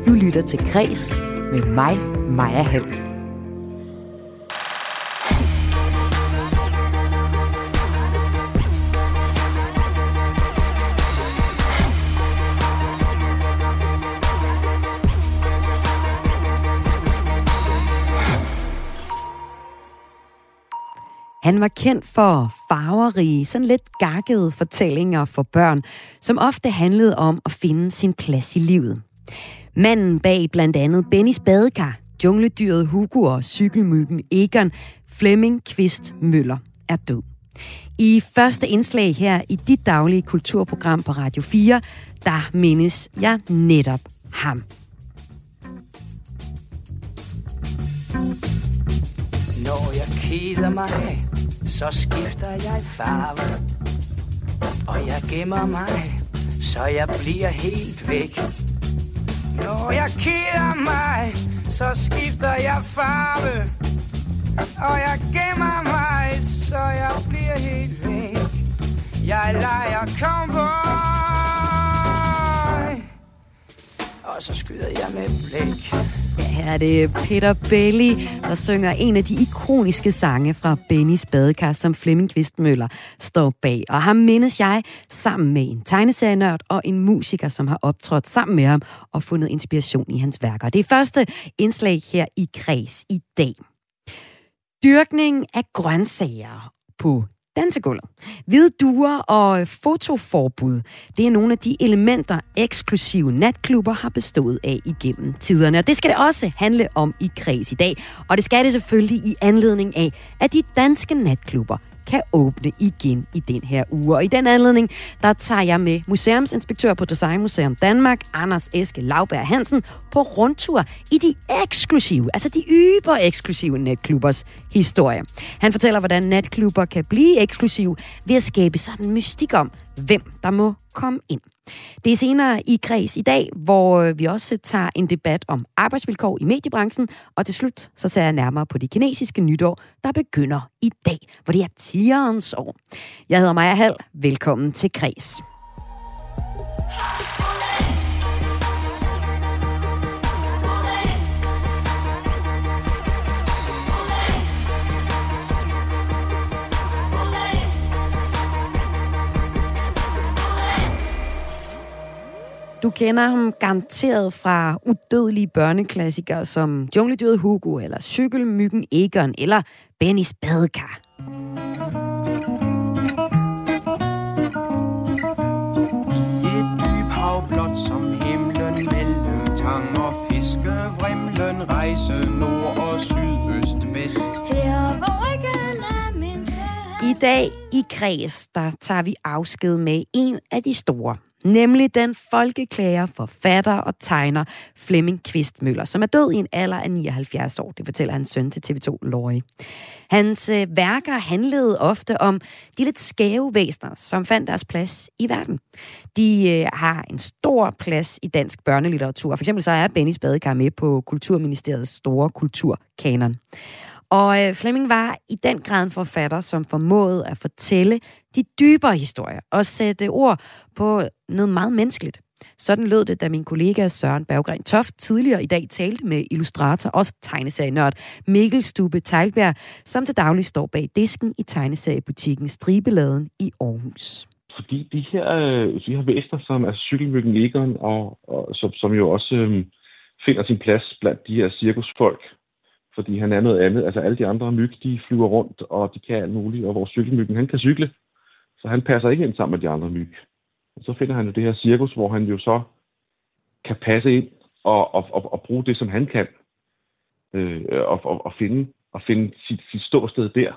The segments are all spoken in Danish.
Du lytter til Kres med mig, Maja Hall. Han var kendt for farverige, sådan lidt gakkede fortællinger for børn, som ofte handlede om at finde sin plads i livet. Manden bag blandt andet Bennys badekar, jungledyret Hugo og cykelmyggen Egon, Flemming Quist Møller, er død. I første indslag her i dit daglige kulturprogram på Radio 4, der mindes jeg netop ham. Når jeg keder mig, så skifter jeg farve. Og jeg gemmer mig, så jeg bliver helt væk. Når jeg keder mig, så skifter jeg farve. Og jeg gemmer mig, så jeg bliver helt væk. Jeg leger cowboy, og så skyder jeg med blæk. Ja, her er det Peter Belli, der synger en af de ikoniske sange fra Bennys badekar, som Flemming Quist Møller står bag. Og ham mindes jeg sammen med en tegneserienørd og en musiker, som har optrådt sammen med ham og fundet inspiration i hans værker. Det er første indslag her i Kres i dag. Dyrkning af grøntsager på dansegulvet. Hvide duer og fotoforbud, det er nogle af de elementer, eksklusive natklubber har bestået af igennem tiderne. Og det skal det også handle om i Kres i dag. Og det skal det selvfølgelig i anledning af, at de danske natklubber kan åbne igen i den her uge. Og i den anledning, der tager jeg med museumsinspektør på Designmuseum Danmark, Anders Eske Lauberg Hansen, på rundtur i de eksklusive, altså de yber-eksklusive natklubbers historie. Han fortæller, hvordan natklubber kan blive eksklusive ved at skabe sådan mystik om, hvem der må komme ind. Det er senere i Kres i dag, hvor vi også tager en debat om arbejdsvilkår i mediebranchen, og til slut så ser jeg nærmere på det kinesiske nytår, der begynder i dag, hvor det er tigerens år. Jeg hedder Maja Hall. Velkommen til Kres. Du kender ham garanteret fra udødelige børneklassikere som Jungledyret Hugo, eller Cykelmyggen Egon, eller Bennys badekar. Et dyb hav blot som himlen, mellem tang og fiskevrimlen, rejse nord og syd, øst, vest. Her hvor ryggen er min søn. I dag i Kres, der tager vi afsked med en af de store. Nemlig den folkeklager, forfatter og tegner Flemming Quist Møller, som er død i en alder af 79 år. Det fortæller hans søn til TV2 Lorry. Hans værker handlede ofte om de lidt skæve væsener, som fandt deres plads i verden. De har en stor plads i dansk børnelitteratur. For eksempel så er Bennys badekar med på Kulturministeriets store kulturkanon. Og Flemming var i den grad en forfatter, som formåede at fortælle de dybere historier og sætte ord på noget meget menneskeligt. Sådan lød det, da min kollega Søren Berggren Toft tidligere i dag talte med illustrator og tegneserienørd Mikkel Stube Teglbjerg, som til daglig står bag disken i tegneseriebutikken Stribeladen i Aarhus. Fordi de her væsener, som er cykelmyggen Egon, og som jo også finder sin plads blandt de her cirkusfolk, fordi han er noget andet. Altså alle de andre myg, de flyver rundt, og de kan alt muligt, og vores cykelmyggen, han kan cykle, så han passer ikke ind sammen med de andre myg. Og så finder han jo det her cirkus, hvor han jo så kan passe ind og bruge det, som han kan, og finde sit ståsted der.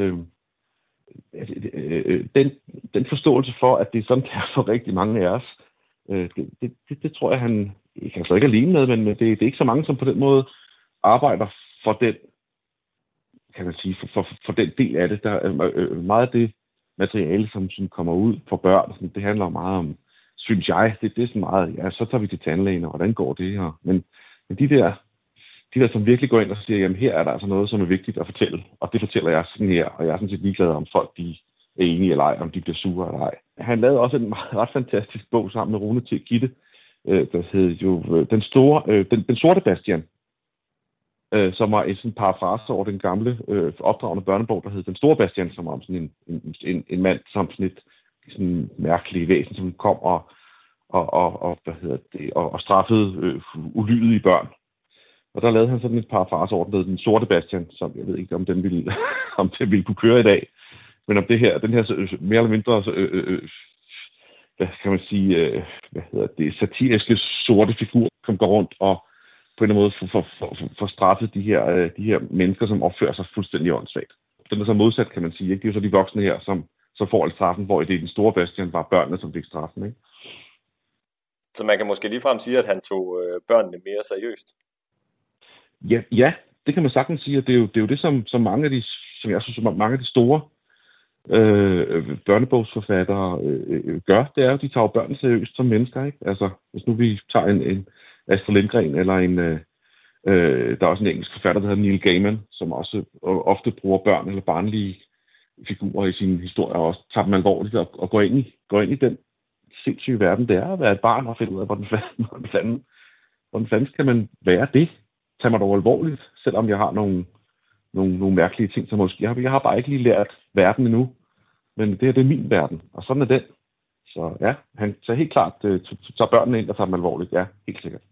Den forståelse for, at det er sådan, der for rigtig mange af os, det tror jeg, han kan så ikke alene med, men det er ikke så mange, som på den måde arbejder for den, kan man sige, for den del af det. Der er meget af det materiale, som kommer ud for børn, det handler meget om, synes jeg, det er sådan meget, ja, så tager vi til tandlægen, og hvordan går det her? Men de der, som virkelig går ind og siger, jamen her er der altså noget, som er vigtigt at fortælle, og det fortæller jeg sådan her, og jeg er sådan set ligeglad om folk, de er enige eller ej, om de bliver sure eller ej. Han lavede også en ret fantastisk bog sammen med Rune T. Gitte, der hed jo den sorte Bastian, som var en parafrase over den gamle opdragende børnebog, der hed Den Store Bastian, som var om sådan en mand, som sådan et sådan mærkeligt væsen, som kom og straffede ulydige børn. Og der lavede han sådan et parafrase over den sorte Bastian, som jeg ved ikke, om den ville kunne køre i dag. Men om den her mere eller mindre, hvad kan man sige, satiriske sorte figur, som går rundt og på en eller anden måde får straffet de her mennesker, som opfører sig fuldstændig åndssvagt. Den er så modsat, kan man sige. Ikke? Det er jo så de voksne her, som får al straffen, hvor det i den store Bastian var børnene, som fik straffen. Ikke? Så man kan måske ligefrem sige, at han tog børnene mere seriøst? Ja, det kan man sagtens sige, og det er jo det, som mange af de store børnebogsforfattere gør. Det er jo, de tager børnene seriøst som mennesker. Ikke? Altså, hvis nu vi tager en Astrid Lindgren, eller der er også en engelsk forfatter, der hedder Neil Gaiman, som også ofte bruger børn eller barnlige figurer i sine historier, og også tager dem alvorligt og går ind i den sindssyge verden, det er at være et barn og finde ud af, hvordan fanden skal man være det? Tag mig dog alvorligt, selvom jeg har nogle mærkelige ting, som måske jeg har bare ikke lige lært verden endnu, men det er min verden, og sådan er den. Så ja, han tager helt klart tager børnene ind og tager dem alvorligt, ja, helt sikkert.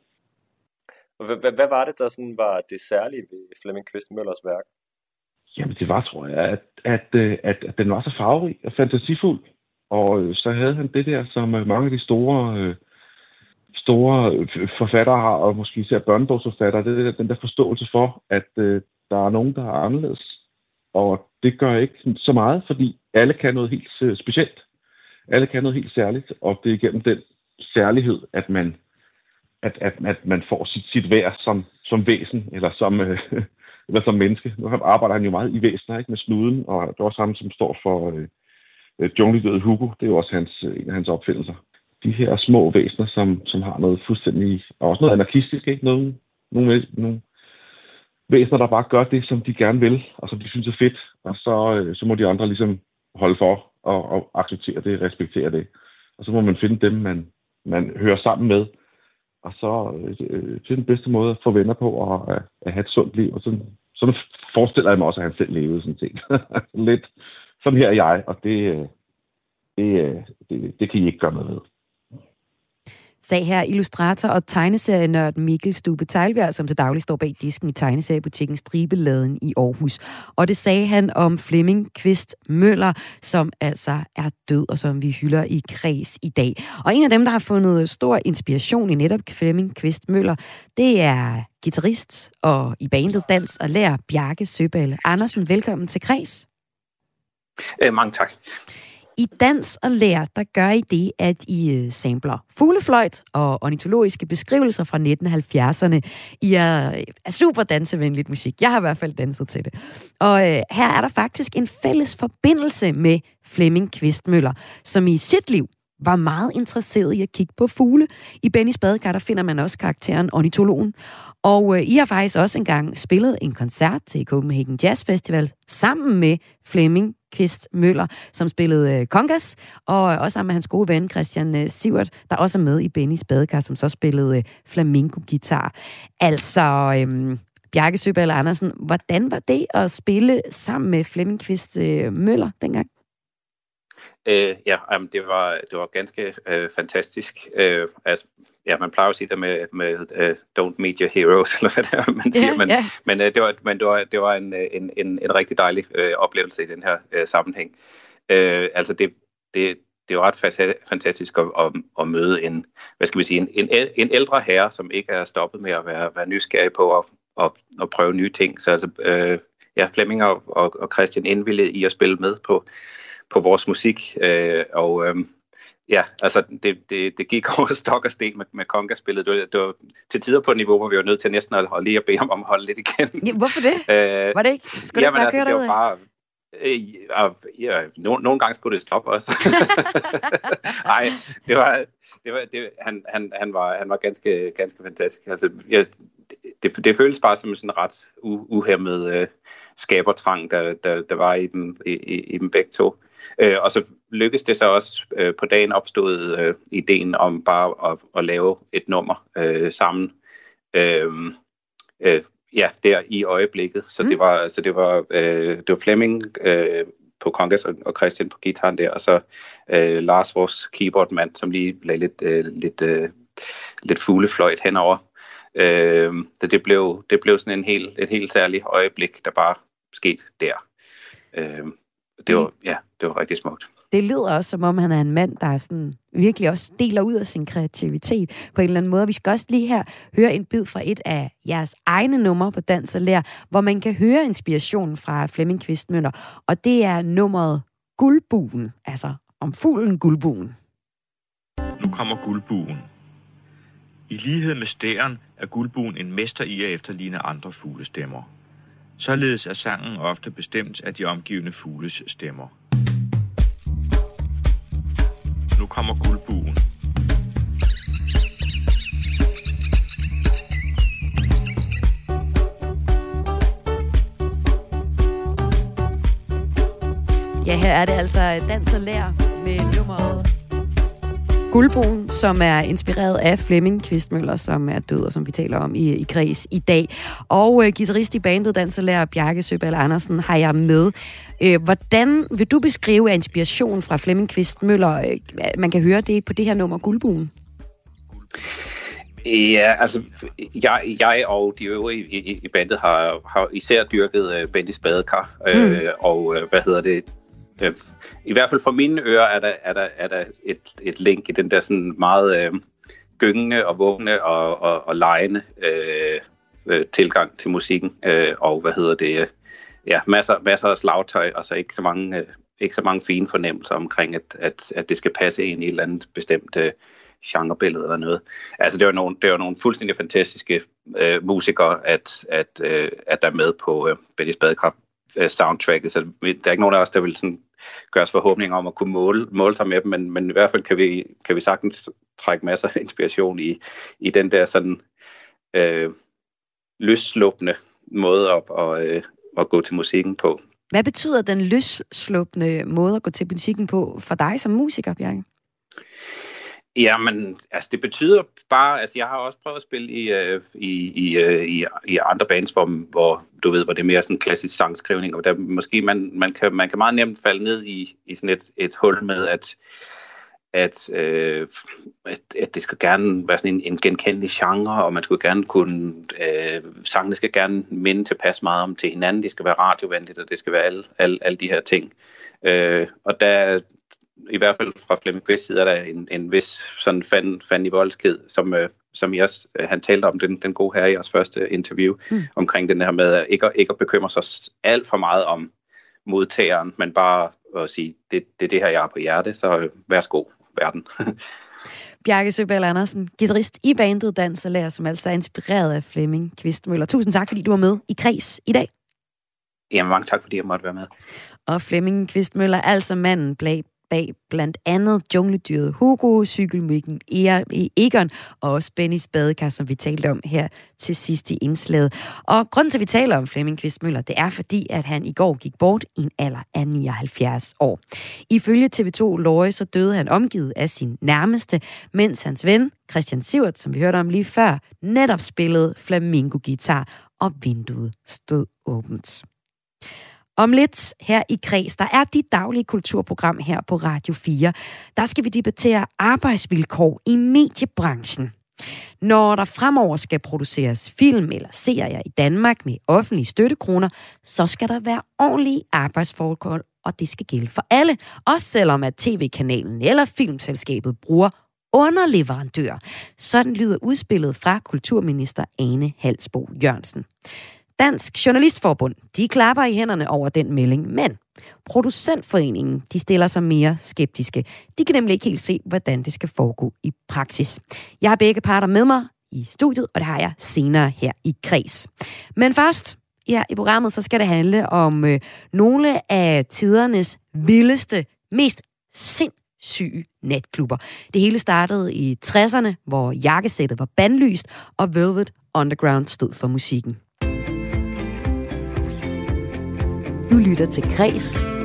Hvad var det, der sådan var det særlige ved Flemming Quist Møllers værk? Jamen det var, tror jeg, at den var så farverig og fantasifuld, og så havde han det der, som mange af de store forfattere har, og måske især børnebogsforfattere, det er den der forståelse for, at der er nogen, der er anderledes. Og det gør ikke så meget, fordi alle kan noget helt specielt. Alle kan noget helt særligt, og det er igennem den særlighed, at man får sit værd som væsen, eller som menneske. Nu arbejder han jo meget i væsener, ikke, med snuden, og det er også ham, som står for Jungledøde Hugo. Det er jo også en af hans opfindelser. De her små væsener, som har noget fuldstændig, og også noget anarkistisk, ikke? Nogle væsener, der bare gør det, som de gerne vil, og som de synes er fedt, og så må de andre ligesom holde for og acceptere det, respektere det. Og så må man finde dem, man hører sammen med, og så til den bedste måde at få venner på og at have et sundt liv. Og sådan forestiller jeg mig også, at han selv levede sådan ting. Lidt sådan her er jeg, og det kan I ikke gøre noget ved. Sag her illustrator og tegneserienørd Mikkel Stube Teglbjerg, som til daglig står bag disken i tegneseriebutikken Stribeladen i Aarhus. Og det sagde han om Flemming Quist Møller, som altså er død, og som vi hylder i Kreds i dag. Og en af dem, der har fundet stor inspiration i netop Flemming Quist Møller, det er guitarist og i bandet Dans og Lær Bjarke Søballe Andersen. Velkommen til Kreds. Mange tak. I Dans og Lær, der gør I det, at I sampler fuglefløjt og ornitologiske beskrivelser fra 1970'erne. I er super dansevenligt musik. Jeg har i hvert fald danset til det. Og her er der faktisk en fælles forbindelse med Flemming Quist Møller, som i sit liv var meget interesseret i at kigge på fugle. I Bennys Badekar, der finder man også karakteren ornitologen. Og I har faktisk også engang spillet en koncert til Copenhagen Jazz Festival sammen med Flemming Quist Møller, som spillede congas, og også sammen med hans gode ven Christian Sivert, der også er med i Bennys Badekar, som så spillede flamenco-guitar. Altså, Bjarke Søballe Andersen, hvordan var det at spille sammen med Flemming Quist Møller dengang? Det var ganske fantastisk. Man plejer at sige det med don't meet your heroes, eller hvad det er, man siger. Men det var en rigtig dejlig oplevelse i den her sammenhæng. Det er jo ret fantastisk at møde en ældre herre, som ikke er stoppet med at være nysgerrig på at prøve nye ting. Så Flemming og Christian indvilligede i at spille med på vores musik, det gik over stok og sten med congaspillet. Det var til tider på et niveau, hvor vi var nødt til næsten at lige at bede om at holde lidt igen. Ja, hvorfor det? Var det ikke? Skulle det bare køre det var bare... nogle gange skulle det stoppe også. Nej, han var ganske fantastisk. Altså, det føles bare som sådan en ret uhæmmet skabertrang, der var i dem begge to. Og så lykkedes det så også på dagen opstod ideen om bare at lave et nummer sammen. Der i øjeblikket. Så det var Flemming på congas og Christian på guitaren der, og så Lars, vores keyboardmand, som lige lagde lidt fuglefløjt henover. Det blev sådan et helt særligt øjeblik, der bare skete der. Det var rigtig smukt. Det lyder også, som om han er en mand, der sådan virkelig også deler ud af sin kreativitet på en eller anden måde. Vi skal også lige her høre en bid fra et af jeres egne numre på Dans og Lær, hvor man kan høre inspirationen fra Flemming Quist-Møller. Og det er nummeret Guldbuen, altså om fuglen Guldbuen. Nu kommer Guldbuen. I lighed med stæren er Guldbuen en mester i at efterligne andre fuglestemmer. Således er sangen ofte bestemt af de omgivende fugles stemmer. Nu kommer Guldbuen. Ja, her er det altså Dans og Lær med nummeret Guldbuen, som er inspireret af Flemming Quist-Møller, som er død, og som vi taler om i Kreds i dag. Og guitarist i bandet Dans og Lær, Bjarke Søberg Andersen, har jeg med. Hvordan vil du beskrive inspirationen fra Flemming Quist-Møller? Man kan høre det på det her nummer Guldbuen. Ja, altså jeg og de øvrige i bandet har især dyrket Bennys badekar, og i hvert fald fra mine ører er der et link i den der sådan meget gyngende og vugne og legende tilgang til musikken, og masser af slagtøj, og så ikke så mange fine fornemmelser omkring, at det skal passe ind i et eller andet bestemt genrebillede eller noget. Altså det var nogle fuldstændig fantastiske musikere, at der er med på Bennys badekar soundtracket, så der er ikke nogen af os, der vil sådan gøre os forhåbninger om at kunne måle sig med dem, men i hvert fald kan vi sagtens trække masser af inspiration i den der sådan løssluppende måde at gå til musikken på. Hvad betyder den løssluppende måde at gå til musikken på for dig som musiker, Bjarke? Jamen, altså det betyder bare, altså jeg har også prøvet at spille i andre bands, hvor du ved, hvor det er mere sådan klassisk sangskrivning, og der måske man kan meget nemt falde ned i sådan et hul med, at det skal gerne være sådan en genkendelig genre, og man skulle gerne kunne, sangene skal gerne minde tilpas meget om til hinanden, det skal være radiovenligt, og det skal være alle de her ting. Og der i hvert fald fra Flemming Quists side er der en vis sådan fan i voldsked, som I også, han talte om den gode herre i jeres første interview, omkring den her med ikke at bekymre sig alt for meget om modtageren, men bare at sige, det er det her, jeg har på hjerte, så værsgo, verden. Bjarke Søberg Andersen, guitarist i bandet Dans og Lær, som altså er inspireret af Flemming Quist-Møller. Tusind tak, fordi du var med i Kreds i dag. Jamen, mange tak, fordi jeg måtte være med. Og Flemming Quist-Møller er altså manden bag blandt andet jungledyret Hugo, cykelmyggen Egon og også Bennys badekar, som vi talte om her til sidst i indslaget. Og grunden til, at vi taler om Flemming Quist-Møller, det er fordi, at han i går gik bort i en alder af 79 år. Ifølge TV2 Løje, så døde han omgivet af sin nærmeste, mens hans ven, Christian Sivert, som vi hørte om lige før, netop spillede flamenco-guitar, og vinduet stod åbent. Om lidt her i Kreds, der er dit daglige kulturprogram her på Radio 4. Der skal vi debattere arbejdsvilkår i mediebranchen. Når der fremover skal produceres film eller serier i Danmark med offentlige støttekroner, så skal der være ordentlige arbejdsforhold, og det skal gælde for alle. Også selvom at tv-kanalen eller filmselskabet bruger underleverandør. Sådan lyder udspillet fra kulturminister Ane Halsboe Jørgensen. Dansk Journalistforbund, de klapper i hænderne over den melding, men Producentforeningen, de stiller sig mere skeptiske. De kan nemlig ikke helt se, hvordan det skal foregå i praksis. Jeg har begge parter med mig i studiet, og det har jeg senere her i Kreds. Men først, ja, i programmet, så skal det handle om nogle af tidernes vildeste, mest sindssyge natklubber. Det hele startede i 60'erne, hvor jakkesættet var bandlyst, og Velvet Underground stod for musikken. Du lytter til Kreds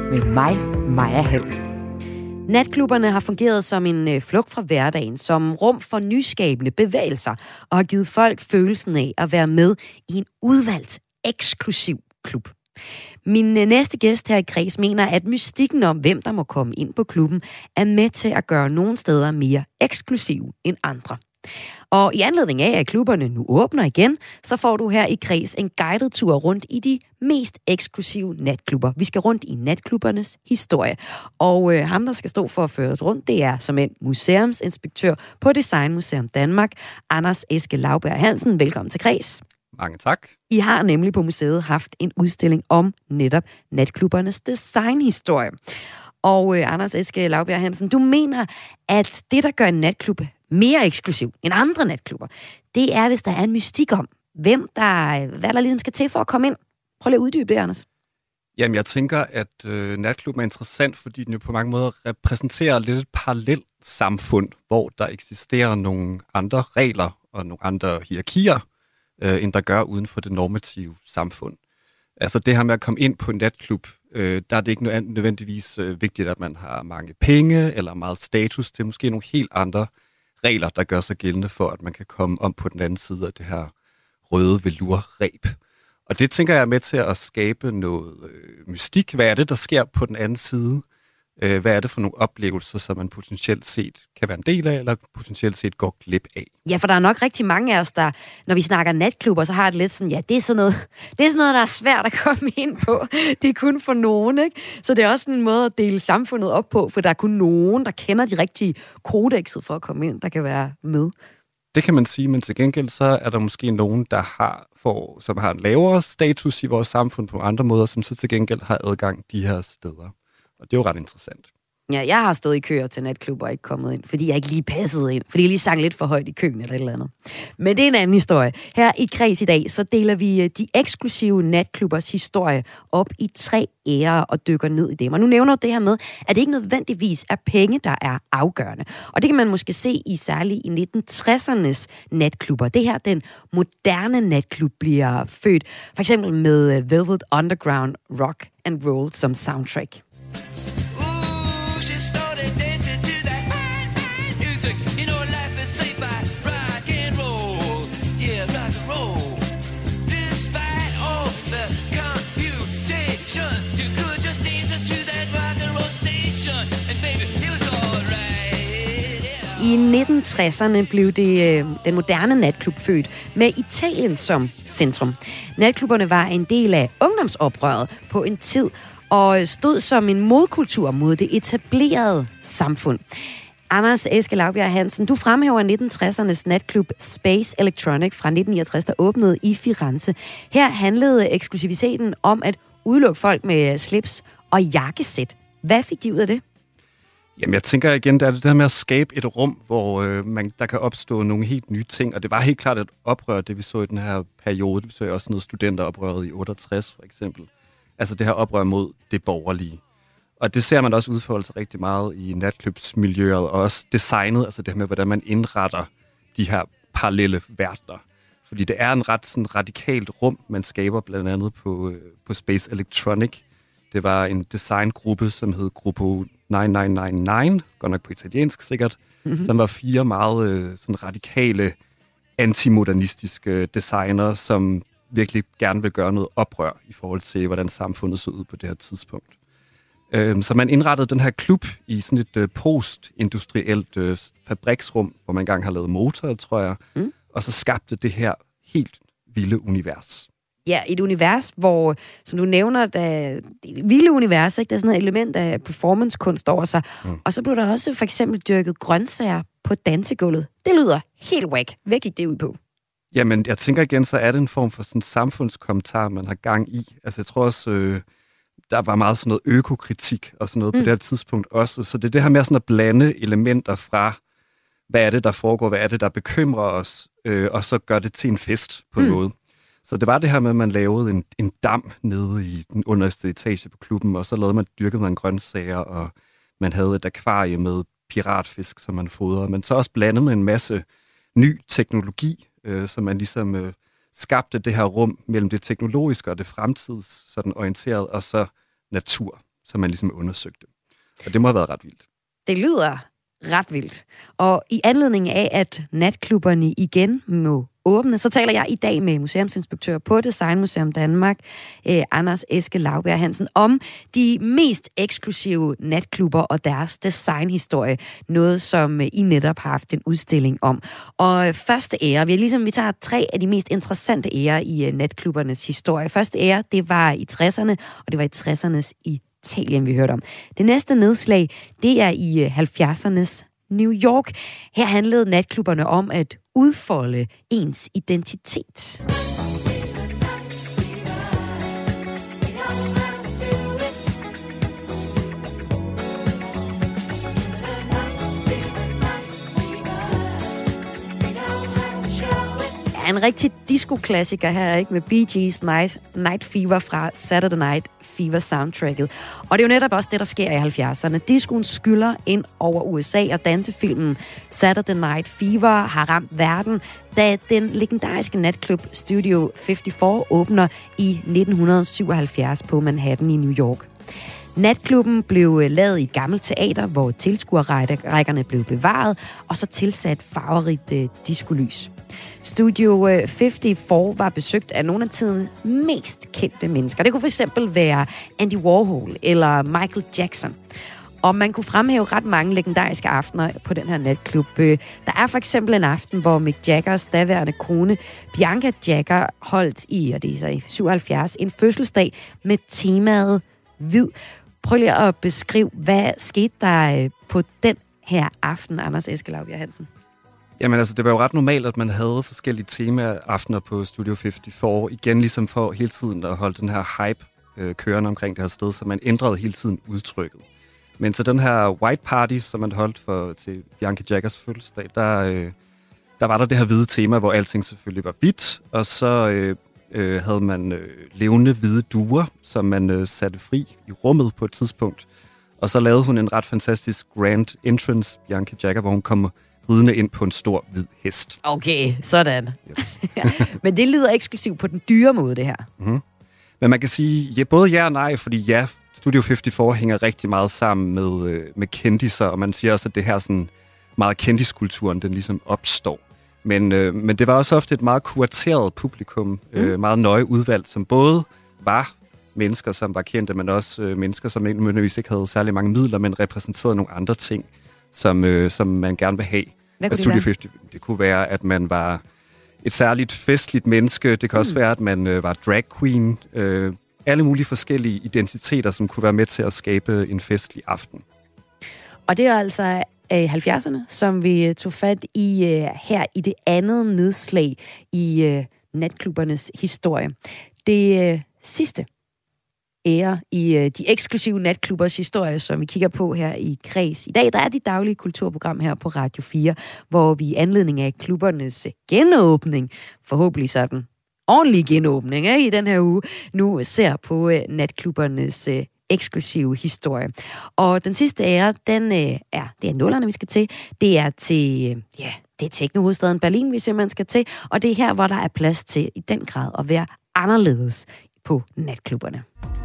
med mig, Maja Hall. Natklubberne har fungeret som en flugt fra hverdagen, som rum for nyskabende bevægelser, og har givet folk følelsen af at være med i en udvalgt, eksklusiv klub. Min næste gæst her i Kreds mener, at mystikken om, hvem der må komme ind på klubben, er med til at gøre nogle steder mere eksklusive end andre. Og i anledning af, at klubberne nu åbner igen, så får du her i Kreds en guided tur rundt i de mest eksklusive natklubber. Vi skal rundt i natklubbernes historie. Og ham, der skal stå for at føre os rundt, det er som en museumsinspektør på Designmuseum Danmark, Anders Eske Lauberg Hansen. Velkommen til Kreds. Mange tak. I har nemlig på museet haft en udstilling om netop natklubbernes designhistorie. Og Anders Eske Lauberg Hansen, du mener, at det, der gør en natklub mere eksklusiv end andre natklubber, det er, hvis der er en mystik om, hvad der ligesom skal til for at komme ind. Prøv lige at uddybe det, Anders. Jamen, jeg tænker, at natklubben er interessant, fordi den jo på mange måder repræsenterer lidt et parallelt samfund, hvor der eksisterer nogle andre regler og nogle andre hierarkier, end der gør uden for det normative samfund. Altså det her med at komme ind på en natklub, der er det ikke nødvendigvis vigtigt, at man har mange penge eller meget status. Det er måske nogle helt andre regler, der gør sig gældende for, at man kan komme om på den anden side af det her røde velurreb. Og det tænker jeg er med til at skabe noget mystik. Hvad er det, der sker på den anden side? Hvad er det for nogle oplevelser, som man potentielt set kan være en del af, eller potentielt set går glip af? Ja, for der er nok rigtig mange af os, der, når vi snakker natklubber, så har det lidt sådan, ja, det er sådan noget, der er svært at komme ind på. Det er kun for nogen, ikke? Så det er også en måde at dele samfundet op på, for der er kun nogen, der kender de rigtige kodexet for at komme ind, der kan være med. Det kan man sige, men til gengæld så er der måske nogen, som har en lavere status i vores samfund på andre måder, som så til gengæld har adgang de her steder. Og det er jo ret interessant. Ja, jeg har stået i køer til natklubber og ikke kommet ind, fordi jeg ikke lige passede ind. Fordi jeg lige sang lidt for højt i køen eller et eller andet. Men det er en anden historie. Her i Kreds i dag, så deler vi de eksklusive natklubbers historie op i 3 ærer og dykker ned i dem. Og nu nævner du det her med, at det ikke nødvendigvis er penge, der er afgørende. Og det kan man måske se i særligt i 1960'ernes natklubber. Det her, den moderne natklub, bliver født. For eksempel med Velvet Underground Rock and Roll som soundtrack. I 1960'erne blev den moderne natklub født med Italien som centrum. Natklubberne var en del af ungdomsoprøret på en tid og stod som en modkultur mod det etablerede samfund. Anders Eske Lauberg Hansen, du fremhæver 1960'ernes natklub Space Electronic fra 1969, der åbnede i Firenze. Her handlede eksklusiviteten om at udelukke folk med slips og jakkesæt. Hvad fik de ud af det? Jamen, jeg tænker igen, der er det der med at skabe et rum, hvor der kan opstå nogle helt nye ting. Og det var helt klart et oprør, det vi så i den her periode. Vi så også noget studenteroprøret i 68 for eksempel. Altså det her oprør mod det borgerlige. Og det ser man også udfolde sig rigtig meget i natklubsmiljøet, og også designet, altså det her med, hvordan man indretter de her parallelle verdener. Fordi det er en ret sådan radikalt rum, man skaber blandt andet på Space Electronic. Det var en designgruppe, som hed Gruppo 9999, godt nok på italiensk sikkert, som var 4 meget sådan radikale, antimodernistiske designer, som virkelig gerne vil gøre noget oprør i forhold til, hvordan samfundet så ud på det her tidspunkt. Så man indrettede den her klub i sådan et postindustrielt fabriksrum, hvor man engang har lavet motorer, tror jeg, og så skabte det her helt vilde univers. Ja, et univers, hvor, som du nævner, det vilde univers, ikke? Der er sådan et element af performancekunst over sig. Og så blev der også for eksempel dyrket grøntsager på dansegulvet. Det lyder helt whack. Hvad gik det ud på? Jamen, jeg tænker igen, så er det en form for sådan samfundskommentar, man har gang i. Altså, jeg tror også, der var meget sådan noget økokritik og sådan noget på det her tidspunkt også. Så det er det her med sådan at blande elementer fra, hvad er det, der foregår, hvad er det, der bekymrer os, og så gør det til en fest på en måde. Så det var det her med, at man lavede en dam nede i den underste etage på klubben, og så dyrkede man grøntsager, og man havde et akvarie med piratfisk, som man fodrede. Men så også blandet med en masse ny teknologi, så man ligesom skabte det her rum mellem det teknologiske og det fremtids sådan orienteret, og så natur. som man ligesom undersøgte. Og det må have været ret vildt. Det lyder ret vildt. Og i anledning af, at natklubberne igen må åbne, så taler jeg i dag med museumsinspektør på Designmuseum Danmark, Anders Eske Laubjerg Hansen, om de mest eksklusive natklubber og deres designhistorie. Noget, som I netop har haft en udstilling om. Og første ære, vi tager 3 af de mest interessante ærer i natklubbernes historie. Første ære, det var i 60'erne, og det var i 60'ernes Italien, vi hørte om. Det næste nedslag, det er i 70'ernes New York. Her handlede natklubberne om at udfolde ens identitet. En rigtig disco-klassiker her, ikke? Med Bee Gees Night Fever fra Saturday Night Fever soundtracket. Og det er jo netop også det, der sker i 70'erne. Discoen skylder ind over USA, og dansefilmen Saturday Night Fever har ramt verden, da den legendariske natklub Studio 54 åbner i 1977 på Manhattan i New York. Natklubben blev lavet i et gammelt teater, hvor tilskuerrækkerne blev bevaret, og så tilsat farverigt diskolys. Studio 54 var besøgt af nogle af tidens mest kendte mennesker. Det kunne for eksempel være Andy Warhol eller Michael Jackson. Og man kunne fremhæve ret mange legendariske aftener på den her natklub. Der er for eksempel en aften, hvor Mick Jaggers daværende kone, Bianca Jagger, holdt og det er så i 77, en fødselsdag med temaet hvid. Prøv lige at beskrive, hvad skete der på den her aften, Anders Eske Laubjerg Hansen? Jamen altså, det var jo ret normalt, at man havde forskellige temaaftener på Studio 54, igen ligesom for hele tiden at holde den her hype kørende omkring det her sted, så man ændrede hele tiden udtrykket. Men til den her White Party, som man holdt til Bianca Jaggers fødselsdag, der var der det her hvide tema, hvor alting selvfølgelig var hvidt, og så havde man levende hvide duer, som man satte fri i rummet på et tidspunkt. Og så lavede hun en ret fantastisk grand entrance, Bianca Jagger, hvor hun kom ridende ind på en stor hvid hest. Okay, sådan. Yes. Men det lyder eksklusivt på den dyre måde, det her. Mm-hmm. Men man kan sige både ja og nej, fordi ja, Studio 54 hænger rigtig meget sammen med kendiser, og man siger også, at det her sådan meget kendiskulturen, den ligesom opstår. Men det var også ofte et meget kurateret publikum, meget nøje udvalgt, som både var mennesker, som var kendte, men også mennesker, som nødvendigvis ikke havde særlig mange midler, men repræsenterede nogle andre ting, som man gerne vil have. Hvad kunne Studio 50, det kunne være, at man var et særligt festligt menneske. Det kan også være, at man var drag queen. Alle mulige forskellige identiteter, som kunne være med til at skabe en festlig aften. Og det er altså 70'erne, som vi tog fat i her i det andet nedslag i natklubbernes historie. Det sidste ære i de eksklusive natklubbers historie, som vi kigger på her i Kreds. I dag der er de daglige kulturprogram her på Radio 4, hvor vi i anledning af klubbernes genåbning, forhåbentlig sådan ordentlig genåbning i den her uge, nu ser på natklubbernes eksklusive historie. Og den sidste ære, det er nullerne, vi skal til. Det er til, det er teknohovedstaden Berlin, vi simpelthen skal til. Og det er her, hvor der er plads til i den grad at være anderledes på natklubberne.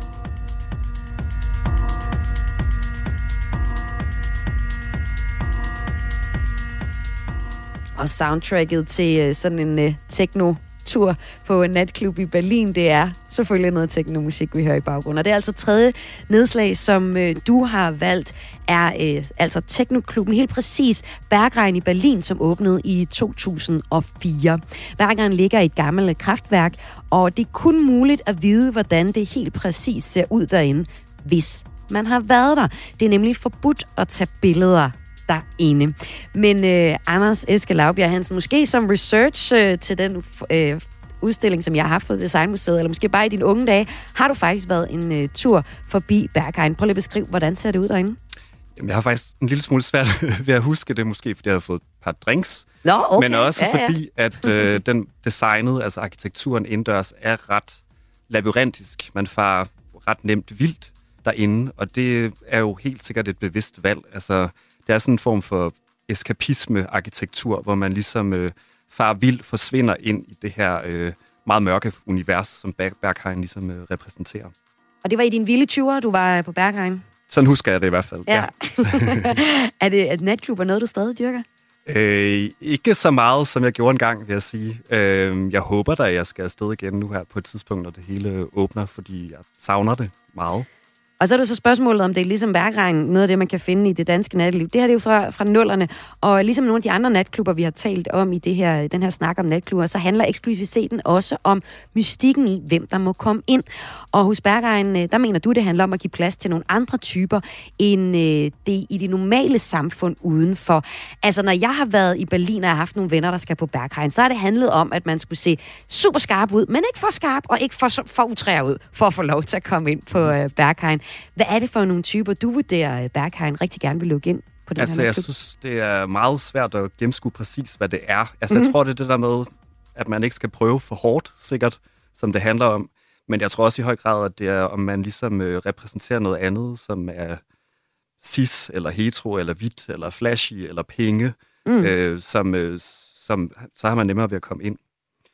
Og soundtracket til sådan en techno-tur på en natklub i Berlin, det er selvfølgelig noget techno-musik, vi hører i baggrunden. Og det er altså tredje nedslag, som du har valgt, er altså technoklubben, helt præcis Berghain i Berlin, som åbnede i 2004. Berghain ligger i et gammelt kraftværk, og det er kun muligt at vide, hvordan det helt præcis ser ud derinde, hvis man har været der. Det er nemlig forbudt at tage billeder derinde. Men Anders Eske Laubjerg Hansen, måske som research til den udstilling, som jeg har haft på Designmuseet, eller måske bare i dine unge dage, har du faktisk været en tur forbi Berghain. Prøv lige at beskrive, hvordan ser det ud derinde? Jamen, jeg har faktisk en lille smule svært ved at huske det, måske fordi jeg har fået et par drinks. Nå, okay. Men også fordi, at den designet, altså arkitekturen indendørs, er ret labyrintisk. Man farer ret nemt vildt derinde, og det er jo helt sikkert et bevidst valg. Altså, det er sådan en form for eskapisme-arkitektur, hvor man ligesom farer vildt, forsvinder ind i det her meget mørke univers, som Berghain ligesom repræsenterer. Og det var i din vilde 20'er, du var på Berghain? Sådan husker jeg det i hvert fald, ja. Er natklubber noget, du stadig dyrker? Ikke så meget, som jeg gjorde engang, vil jeg sige. Jeg håber da, at jeg skal afsted igen nu her på et tidspunkt, når det hele åbner, fordi jeg savner det meget. Og så er det så spørgsmålet, om det er ligesom Berghain, noget af det, man kan finde i det danske natliv. Det her det er jo fra nullerne, og ligesom nogle af de andre natklubber, vi har talt om i den her snak om natklubber, så handler eksklusiviteten også om mystikken i, hvem der må komme ind. Og hos Berghain, der mener du, det handler om at give plads til nogle andre typer, end det i det normale samfund udenfor. Altså, når jeg har været i Berlin, og jeg har haft nogle venner, der skal på Berghain, så har det handlet om, at man skulle se super skarp ud, men ikke for skarp, og ikke for utræer ud, for at få lov til at komme ind på Berghain. Hvad er det for nogle typer, du vurderer, Berghain rigtig gerne vil lukke ind på den her natklub? Jeg synes, det er meget svært at gennemskue præcis, hvad det er. Altså, jeg tror, det er det der med, at man ikke skal prøve for hårdt, sikkert, som det handler om. Men jeg tror også i høj grad, at det er, om man ligesom repræsenterer noget andet, som er cis, eller hetero, eller hvidt, eller flashy, eller penge, så har man nemmere ved at komme ind.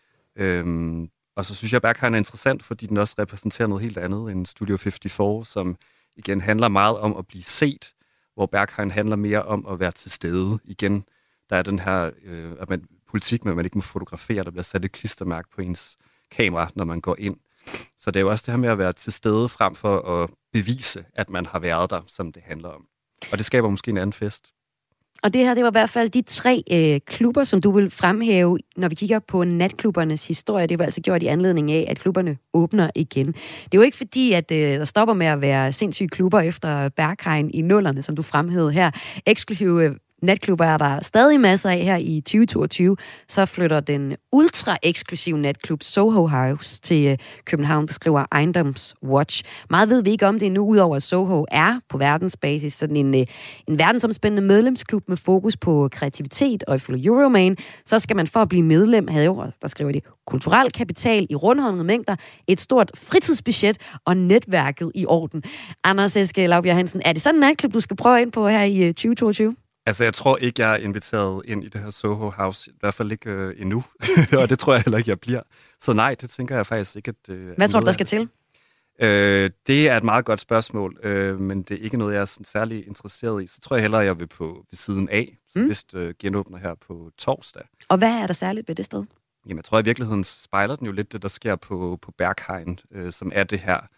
Og så synes jeg, at Berghain er interessant, fordi den også repræsenterer noget helt andet end Studio 54, som igen handler meget om at blive set, hvor Berghain handler mere om at være til stede. Igen, der er den her politik med, at man ikke må fotografere, der bliver sat et klistermærke på ens kamera, når man går ind. Så det er jo også det her med at være til stede, frem for at bevise, at man har været der, som det handler om. Og det skaber måske en anden fest. Og det her, det var i hvert fald de 3 klubber, som du vil fremhæve, når vi kigger på natklubbernes historie. Det var altså gjort i anledning af, at klubberne åbner igen. Det er jo ikke fordi, at der stopper med at være sindssyge klubber efter Berghain i nullerne, som du fremhævede her. Eksklusive natklubber er der stadig masser af her i 2022. Så flytter den ultra-eksklusive natklub Soho House til København, der skriver Ejendomswatch. Meget ved vi ikke om det nu, udover at Soho er på verdensbasis sådan en verdensomspændende medlemsklub med fokus på kreativitet, og ifølge Euroman, så skal man for at blive medlem have jo, der skriver de, kulturel kapital i rundhåndede mængder, et stort fritidsbudget og netværket i orden. Anders Eske Laubjerg Hansen, er det sådan en natklub, du skal prøve ind på her i 2022? Altså, jeg tror ikke, jeg er inviteret ind i det her Soho House. I hvert fald ikke endnu. Og det tror jeg heller ikke, jeg bliver. Så nej, det tænker jeg faktisk ikke, at... Hvad tror du, der skal til? Det er et meget godt spørgsmål, men det er ikke noget, jeg er sådan særlig interesseret i. Så tror jeg hellere, jeg vil på ved siden af, som vist genåbner her på torsdag. Og hvad er der særligt ved det sted? Jamen, jeg tror i virkeligheden spejler den jo lidt det, der sker på Berghain, som er det her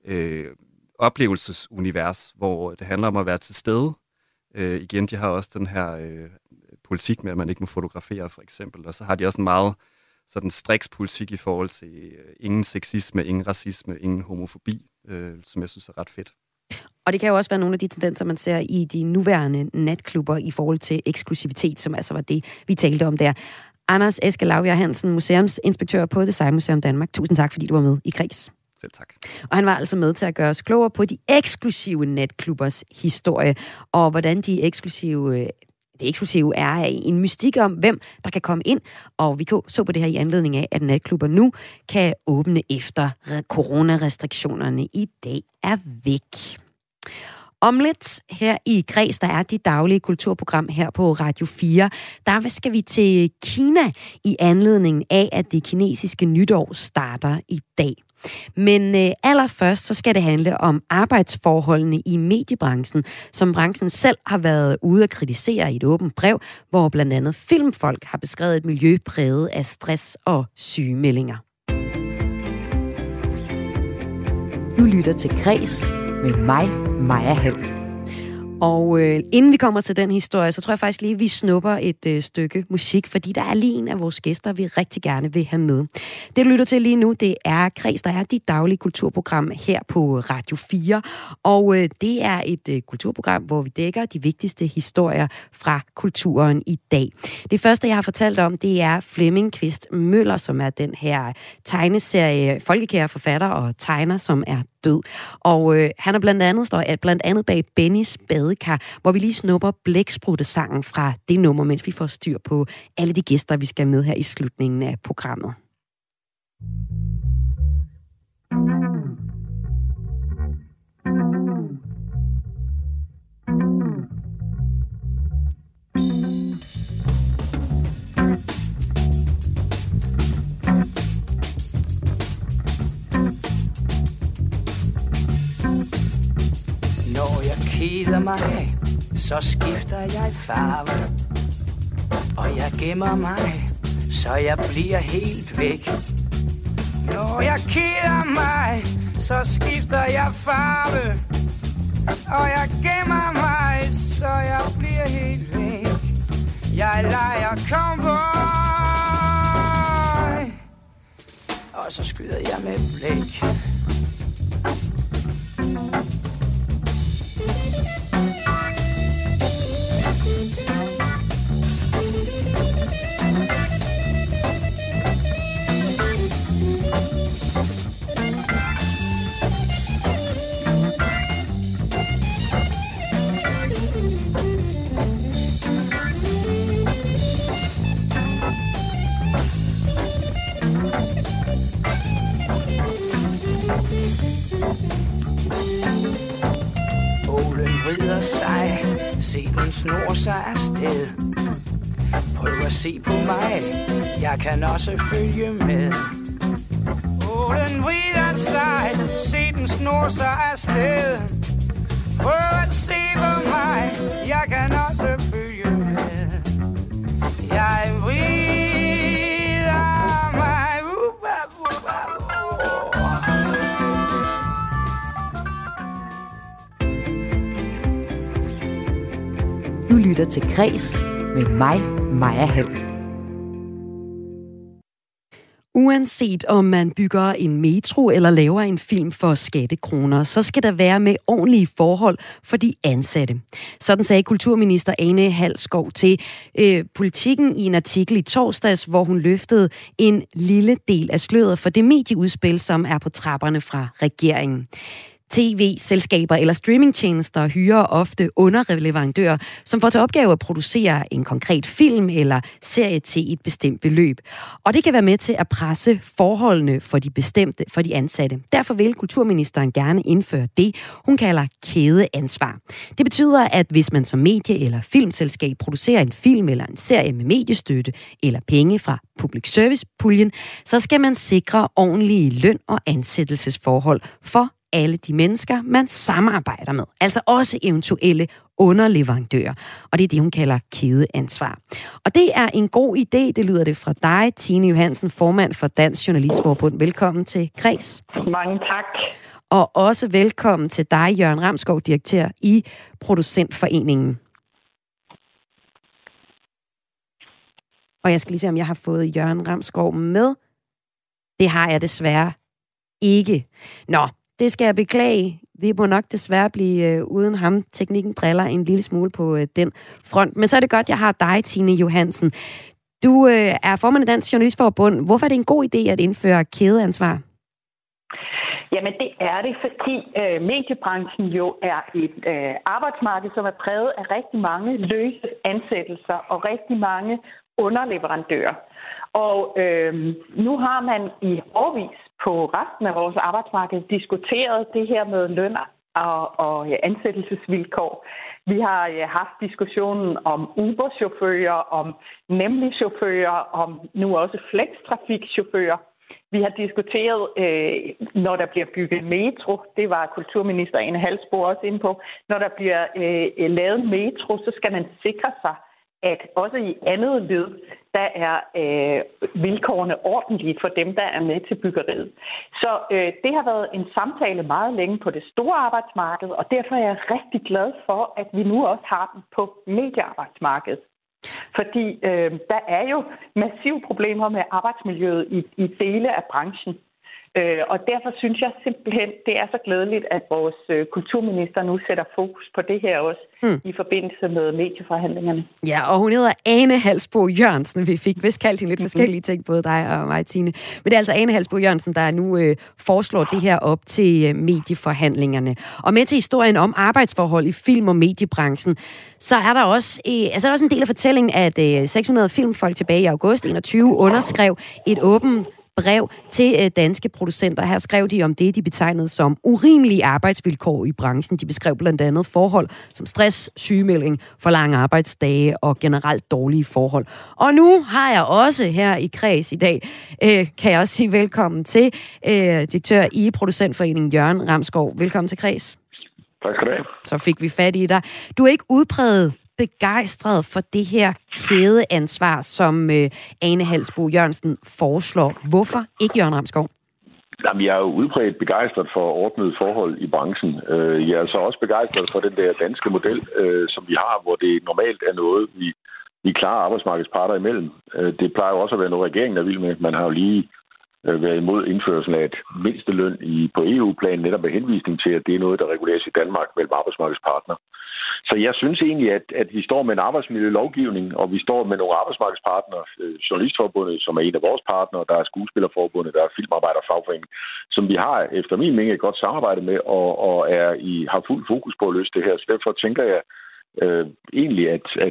oplevelsesunivers, hvor det handler om at være til stede. Igen, de har også den her politik med, at man ikke må fotografere, for eksempel. Og så har de også en meget sådan striks politik i forhold til ingen sexisme, ingen racisme, ingen homofobi, som jeg synes er ret fedt. Og det kan jo også være nogle af de tendenser, man ser i de nuværende natklubber i forhold til eksklusivitet, som altså var det, vi talte om der. Anders Eske Laubjerg Hansen, museumsinspektør på Designmuseum Danmark. Tusind tak, fordi du var med i Kreds. Selv tak. Og han var altså med til at gøre os klogere på de eksklusive natklubbers historie, og hvordan det eksklusive er en mystik om, hvem der kan komme ind. Og vi så på det her i anledning af, at natklubber nu kan åbne efter coronarestriktionerne i dag er væk. Om lidt her i Kreds, der er dit daglige kulturprogram her på Radio 4. Der skal vi til Kina i anledning af, at det kinesiske nytår starter i dag. Men allerførst så skal det handle om arbejdsforholdene i mediebranchen, som branchen selv har været ude at kritisere i et åbent brev, hvor blandt andet filmfolk har beskrevet et miljø præget af stress og sygemeldinger. Du lytter til Kreds med mig, Maja Hall. Og inden vi kommer til den historie, så tror jeg faktisk lige, at vi snupper et stykke musik, fordi der er lige en af vores gæster, vi rigtig gerne vil have med. Det, du lytter til lige nu, det er Kreds, der er dit daglige kulturprogram her på Radio 4. Og det er et kulturprogram, hvor vi dækker de vigtigste historier fra kulturen i dag. Det første, jeg har fortalt om, det er Flemming Kvist Møller, som er den her tegneserie folkekære forfatter og tegner, som er død. Og han er blandt andet bag Bennys Badekar, hvor vi lige snupper Blæksprutte-sangen fra det nummer, mens vi får styr på alle de gæster, vi skal med her i slutningen af programmet. keder mig, så skifter jeg farve. Og jeg gemmer mig, så jeg bliver helt væk. Når jeg keder mig, så skifter jeg farve. Og jeg gemmer mig, så jeg bliver helt væk. Jeg leger cowboy, og så skyder jeg med blæk. Vrider sig, se den snor sig afsted. Prøv at se på mig, jeg kan også følge med. Den vrider sig, se den snor sig afsted. Prøv at se på mig, jeg kan også følge med. Jeg vrider mig. Du lytter til Kres med mig, Maja Hall. Uanset om man bygger en metro eller laver en film for skattekroner, så skal der være med ordentlige forhold for de ansatte. Sådan sagde kulturminister Ane Halsskov til Politikken i en artikel i torsdags, hvor hun løftede en lille del af sløret for det medieudspil, som er på trapperne fra regeringen. TV-selskaber eller streamingtjenester hyrer ofte underleverandører, som får til opgave at producere en konkret film eller serie til et bestemt beløb. Og det kan være med til at presse forholdene for de ansatte. Derfor vil kulturministeren gerne indføre det, hun kalder kædeansvar. Det betyder, at hvis man som medie- eller filmselskab producerer en film eller en serie med mediestøtte eller penge fra public service-puljen, så skal man sikre ordentlige løn- og ansættelsesforhold for alle de mennesker, man samarbejder med. Altså også eventuelle underleverandører. Og det er det, hun kalder kædeansvar. Og det er en god idé, det lyder det fra dig, Tine Johansen, formand for Dansk Journalistforbund. Velkommen til Kres. Mange tak. Og også velkommen til dig, Jørgen Ramskov, direktør i Producentforeningen. Og jeg skal lige se, om jeg har fået Jørgen Ramskov med. Det har jeg desværre ikke. Nå, det skal jeg beklage. Det må nok desværre blive uden ham. Teknikken driller en lille smule på den front. Men så er det godt, jeg har dig, Tine Johansen. Du er formand af Dansk Journalistforbund. Hvorfor er det en god idé at indføre kædeansvar? Jamen det er det, fordi mediebranchen jo er et arbejdsmarked, som er præget af rigtig mange løse ansættelser og rigtig mange underleverandører. Og nu har man i årevis på resten af vores arbejdsmarked diskuteret det her med løn og ansættelsesvilkår. Vi har haft diskussionen om Uber-chauffører, om Nemlig-chauffører, om nu også flextrafikchauffører. Vi har diskuteret, når der bliver bygget metro, det var kulturminister Ane Halsskov også inde på, når der bliver lavet metro, så skal man sikre sig, at også i andet led, der er vilkårene ordentlige for dem, der er med til byggeriet. Så det har været en samtale meget længe på det store arbejdsmarked, og derfor er jeg rigtig glad for, at vi nu også har den på mediearbejdsmarkedet. Fordi der er jo massive problemer med arbejdsmiljøet i dele af branchen. Og derfor synes jeg simpelthen, det er så glædeligt, at vores kulturminister nu sætter fokus på det her også i forbindelse med medieforhandlingerne. Ja, og hun hedder Ane Halsskov Jørgensen. Vi fik vist kaldt hende lidt forskellige ting, både dig og mig, Tine. Men det er altså Ane Halsskov Jørgensen, der nu foreslår det her op til medieforhandlingerne. Og med til historien om arbejdsforhold i film- og mediebranchen, så er der også, også en del af fortællingen, at 600 filmfolk tilbage i august 2021 underskrev et åbent brev til danske producenter. Her skrev de om det, de betegnede som urimelige arbejdsvilkår i branchen. De beskrev blandt andet forhold som stress, sygemelding, for lange arbejdsdage og generelt dårlige forhold. Og nu har jeg også her i Kres i dag, kan jeg også sige velkommen til direktør i Producentforeningen, Jørgen Ramskov. Velkommen til Kres. Tak skal du have. Så fik vi fat i dig. Du er ikke udpræget begejstret for det her kædeansvar, som Ane Halsboe Jørgensen foreslår. Hvorfor ikke, Jørgen Ramskov? Jamen, jeg er jo udpræget begejstret for ordnede forhold i branchen. Jeg er så også begejstret for den der danske model, som vi har, hvor det normalt er noget, vi klarer arbejdsmarkedsparter imellem. Det plejer jo også at være noget, regeringen er vild med. Man har jo lige været imod indførelsen af et mindsteløn på EU-plan, netop med henvisning til, at det er noget, der reguleres i Danmark mellem arbejdsmarkedspartnere. Så jeg synes egentlig, at vi står med en arbejdsmiljølovgivning, og vi står med nogle arbejdsmarkedspartnere, Journalistforbundet, som er en af vores partnere, der er Skuespillerforbundet, der er Filmarbejderfagforening, som vi har efter min mening et godt samarbejde med, og har fuld fokus på at løse det her. Så derfor tænker jeg egentlig,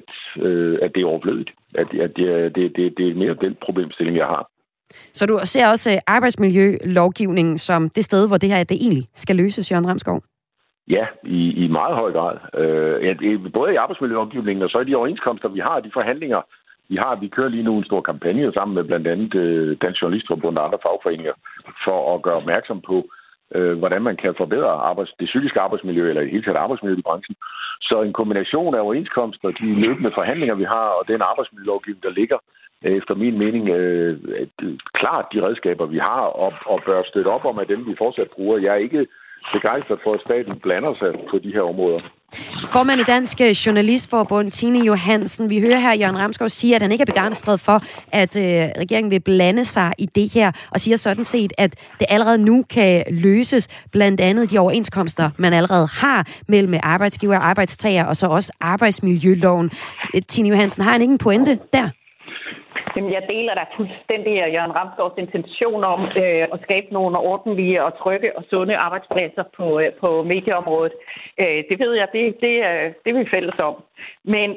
at det er overflødigt. At det er mere den problemstilling, jeg har. Så du ser også arbejdsmiljølovgivningen som det sted, hvor det her det egentlig skal løses, Jørgen Ramskov? Ja, i meget høj grad. Både i arbejdsmiljølovgivningen og så i de overenskomster, vi har, de forhandlinger, vi kører lige nu en stor kampagne sammen med blandt andet Dansk Journalistforbund og andre fagforeninger for at gøre opmærksom på, hvordan man kan forbedre det psykiske arbejdsmiljø, eller i hele taget arbejdsmiljøet i branchen. Så en kombination af overenskomster, de løbende forhandlinger, vi har, og den arbejdsmiljølovgivning, der ligger, efter min mening, klart de redskaber, vi har, og bør støtte op om, at dem, vi fortsat bruger. Jeg er ikke begejstret for, at staten blander sig på de her områder. Formand i Dansk Journalistforbund, Tine Johansen, vi hører her Jørgen Ramskov sige, at han ikke er begejstret for, at regeringen vil blande sig i det her, og siger sådan set, at det allerede nu kan løses, blandt andet de overenskomster, man allerede har mellem arbejdsgiver og arbejdstager, og så også arbejdsmiljøloven. Tine Johansen, har han ikke en pointe der? Jamen, jeg deler da fuldstændig Jørgen Ramskovs intention om at skabe nogle ordentlige og trygge og sunde arbejdspladser på medieområdet. Det ved jeg, det er vi fælles om. Men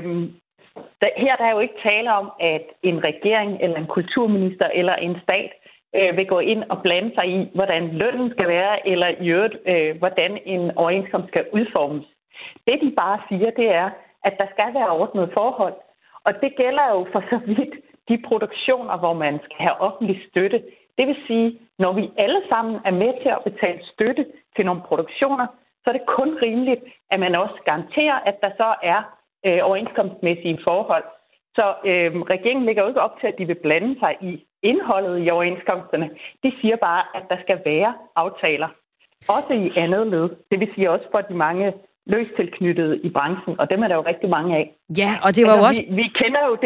her der er jo ikke tale om, at en regering eller en kulturminister eller en stat vil gå ind og blande sig i, hvordan lønnen skal være, eller i øvrigt, hvordan en overenskomst skal udformes. Det de bare siger, det er, at der skal være ordnede forhold. Og det gælder jo for så vidt de produktioner, hvor man skal have offentlig støtte. Det vil sige, når vi alle sammen er med til at betale støtte til nogle produktioner, så er det kun rimeligt, at man også garanterer, at der så er overenskomstmæssige forhold. Så regeringen lægger jo ikke op til, at de vil blande sig i indholdet i overenskomsterne. De siger bare, at der skal være aftaler. Også i andet led. Det vil sige også for de mange løst tilknyttet i branchen, og dem er der jo rigtig mange af. Ja, og det var jo også... Vi kender jo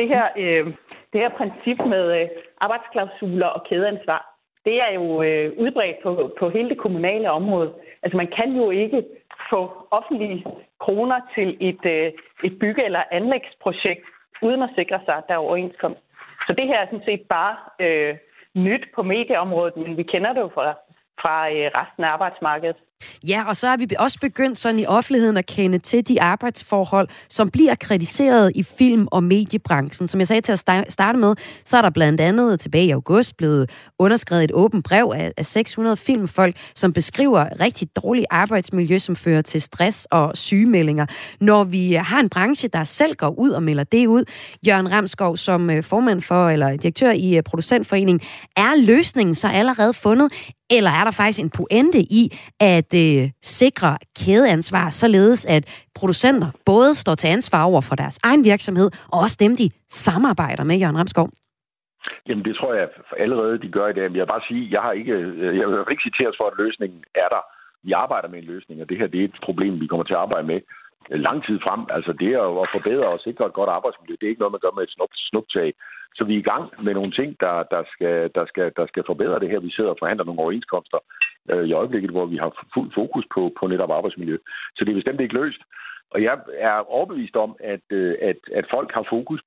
det her princip med arbejdsklausuler og kædeansvar. Det er jo udbredt på hele det kommunale område. Altså man kan jo ikke få offentlige kroner til et bygge- eller anlægsprojekt, uden at sikre sig, at der er overenskomst. Så det her er sådan set bare nyt på medieområdet, men vi kender det jo fra resten af arbejdsmarkedet. Ja, og så er vi også begyndt sådan i offentligheden at kende til de arbejdsforhold, som bliver kritiseret i film- og mediebranchen. Som jeg sagde til at starte med, så er der blandt andet tilbage i august blevet underskrevet et åbent brev af 600 filmfolk, som beskriver rigtig dårligt arbejdsmiljø, som fører til stress og sygemeldinger. Når vi har en branche, der selv går ud og melder det ud, Jørgen Ramskov som formand for, eller direktør i Producentforeningen, er løsningen så allerede fundet? Eller er der faktisk en pointe i at sikre kædeansvar, således at producenter både står til ansvar over for deres egen virksomhed, og også dem, de samarbejder med, Jørgen Ramskov? Jamen, det tror jeg allerede, de gør i dag. Men jeg vil bare sige, jeg vil ikke citeres for, at løsningen er der. Vi arbejder med en løsning, og det her det er et problem, vi kommer til at arbejde med lang tid frem. Altså det at forbedre og sikre et godt arbejdsmiljø, det er ikke noget, man gør med et snuptag. Så vi er i gang med nogle ting, der skal forbedre det her. Vi sidder og forhandler nogle overenskomster i øjeblikket, hvor vi har fuld fokus på netop arbejdsmiljø. Så det er bestemt ikke løst. Og jeg er overbevist om, at folk har fokus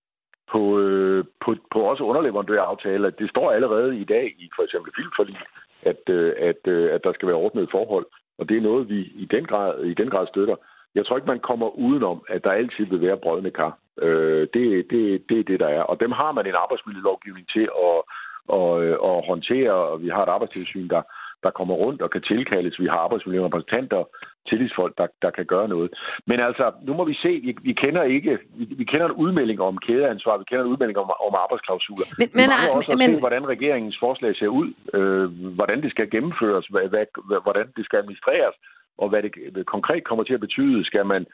på også underleverandøraftaler. Det står allerede i dag i for eksempel filmforlig, at der skal være ordnede forhold. Og det er noget, vi i den grad støtter. Jeg tror ikke, man kommer udenom, at der altid vil være brodne kar. Det er det, der er. Og dem har man en arbejdsmiljølovgivning til at håndtere, og vi har et arbejdstilsyn, der kommer rundt og kan tilkaldes. Vi har arbejdsmiljørepræsentanter, tillidsfolk, der kan gøre noget. Men altså, nu må vi se. Vi kender en udmelding om kædeansvar, vi kender en udmelding om arbejdsklausuler. Men vi må også se, hvordan regeringens forslag ser ud, hvordan det skal gennemføres, hvordan det skal administreres. og hvad det konkret kommer til at betyde.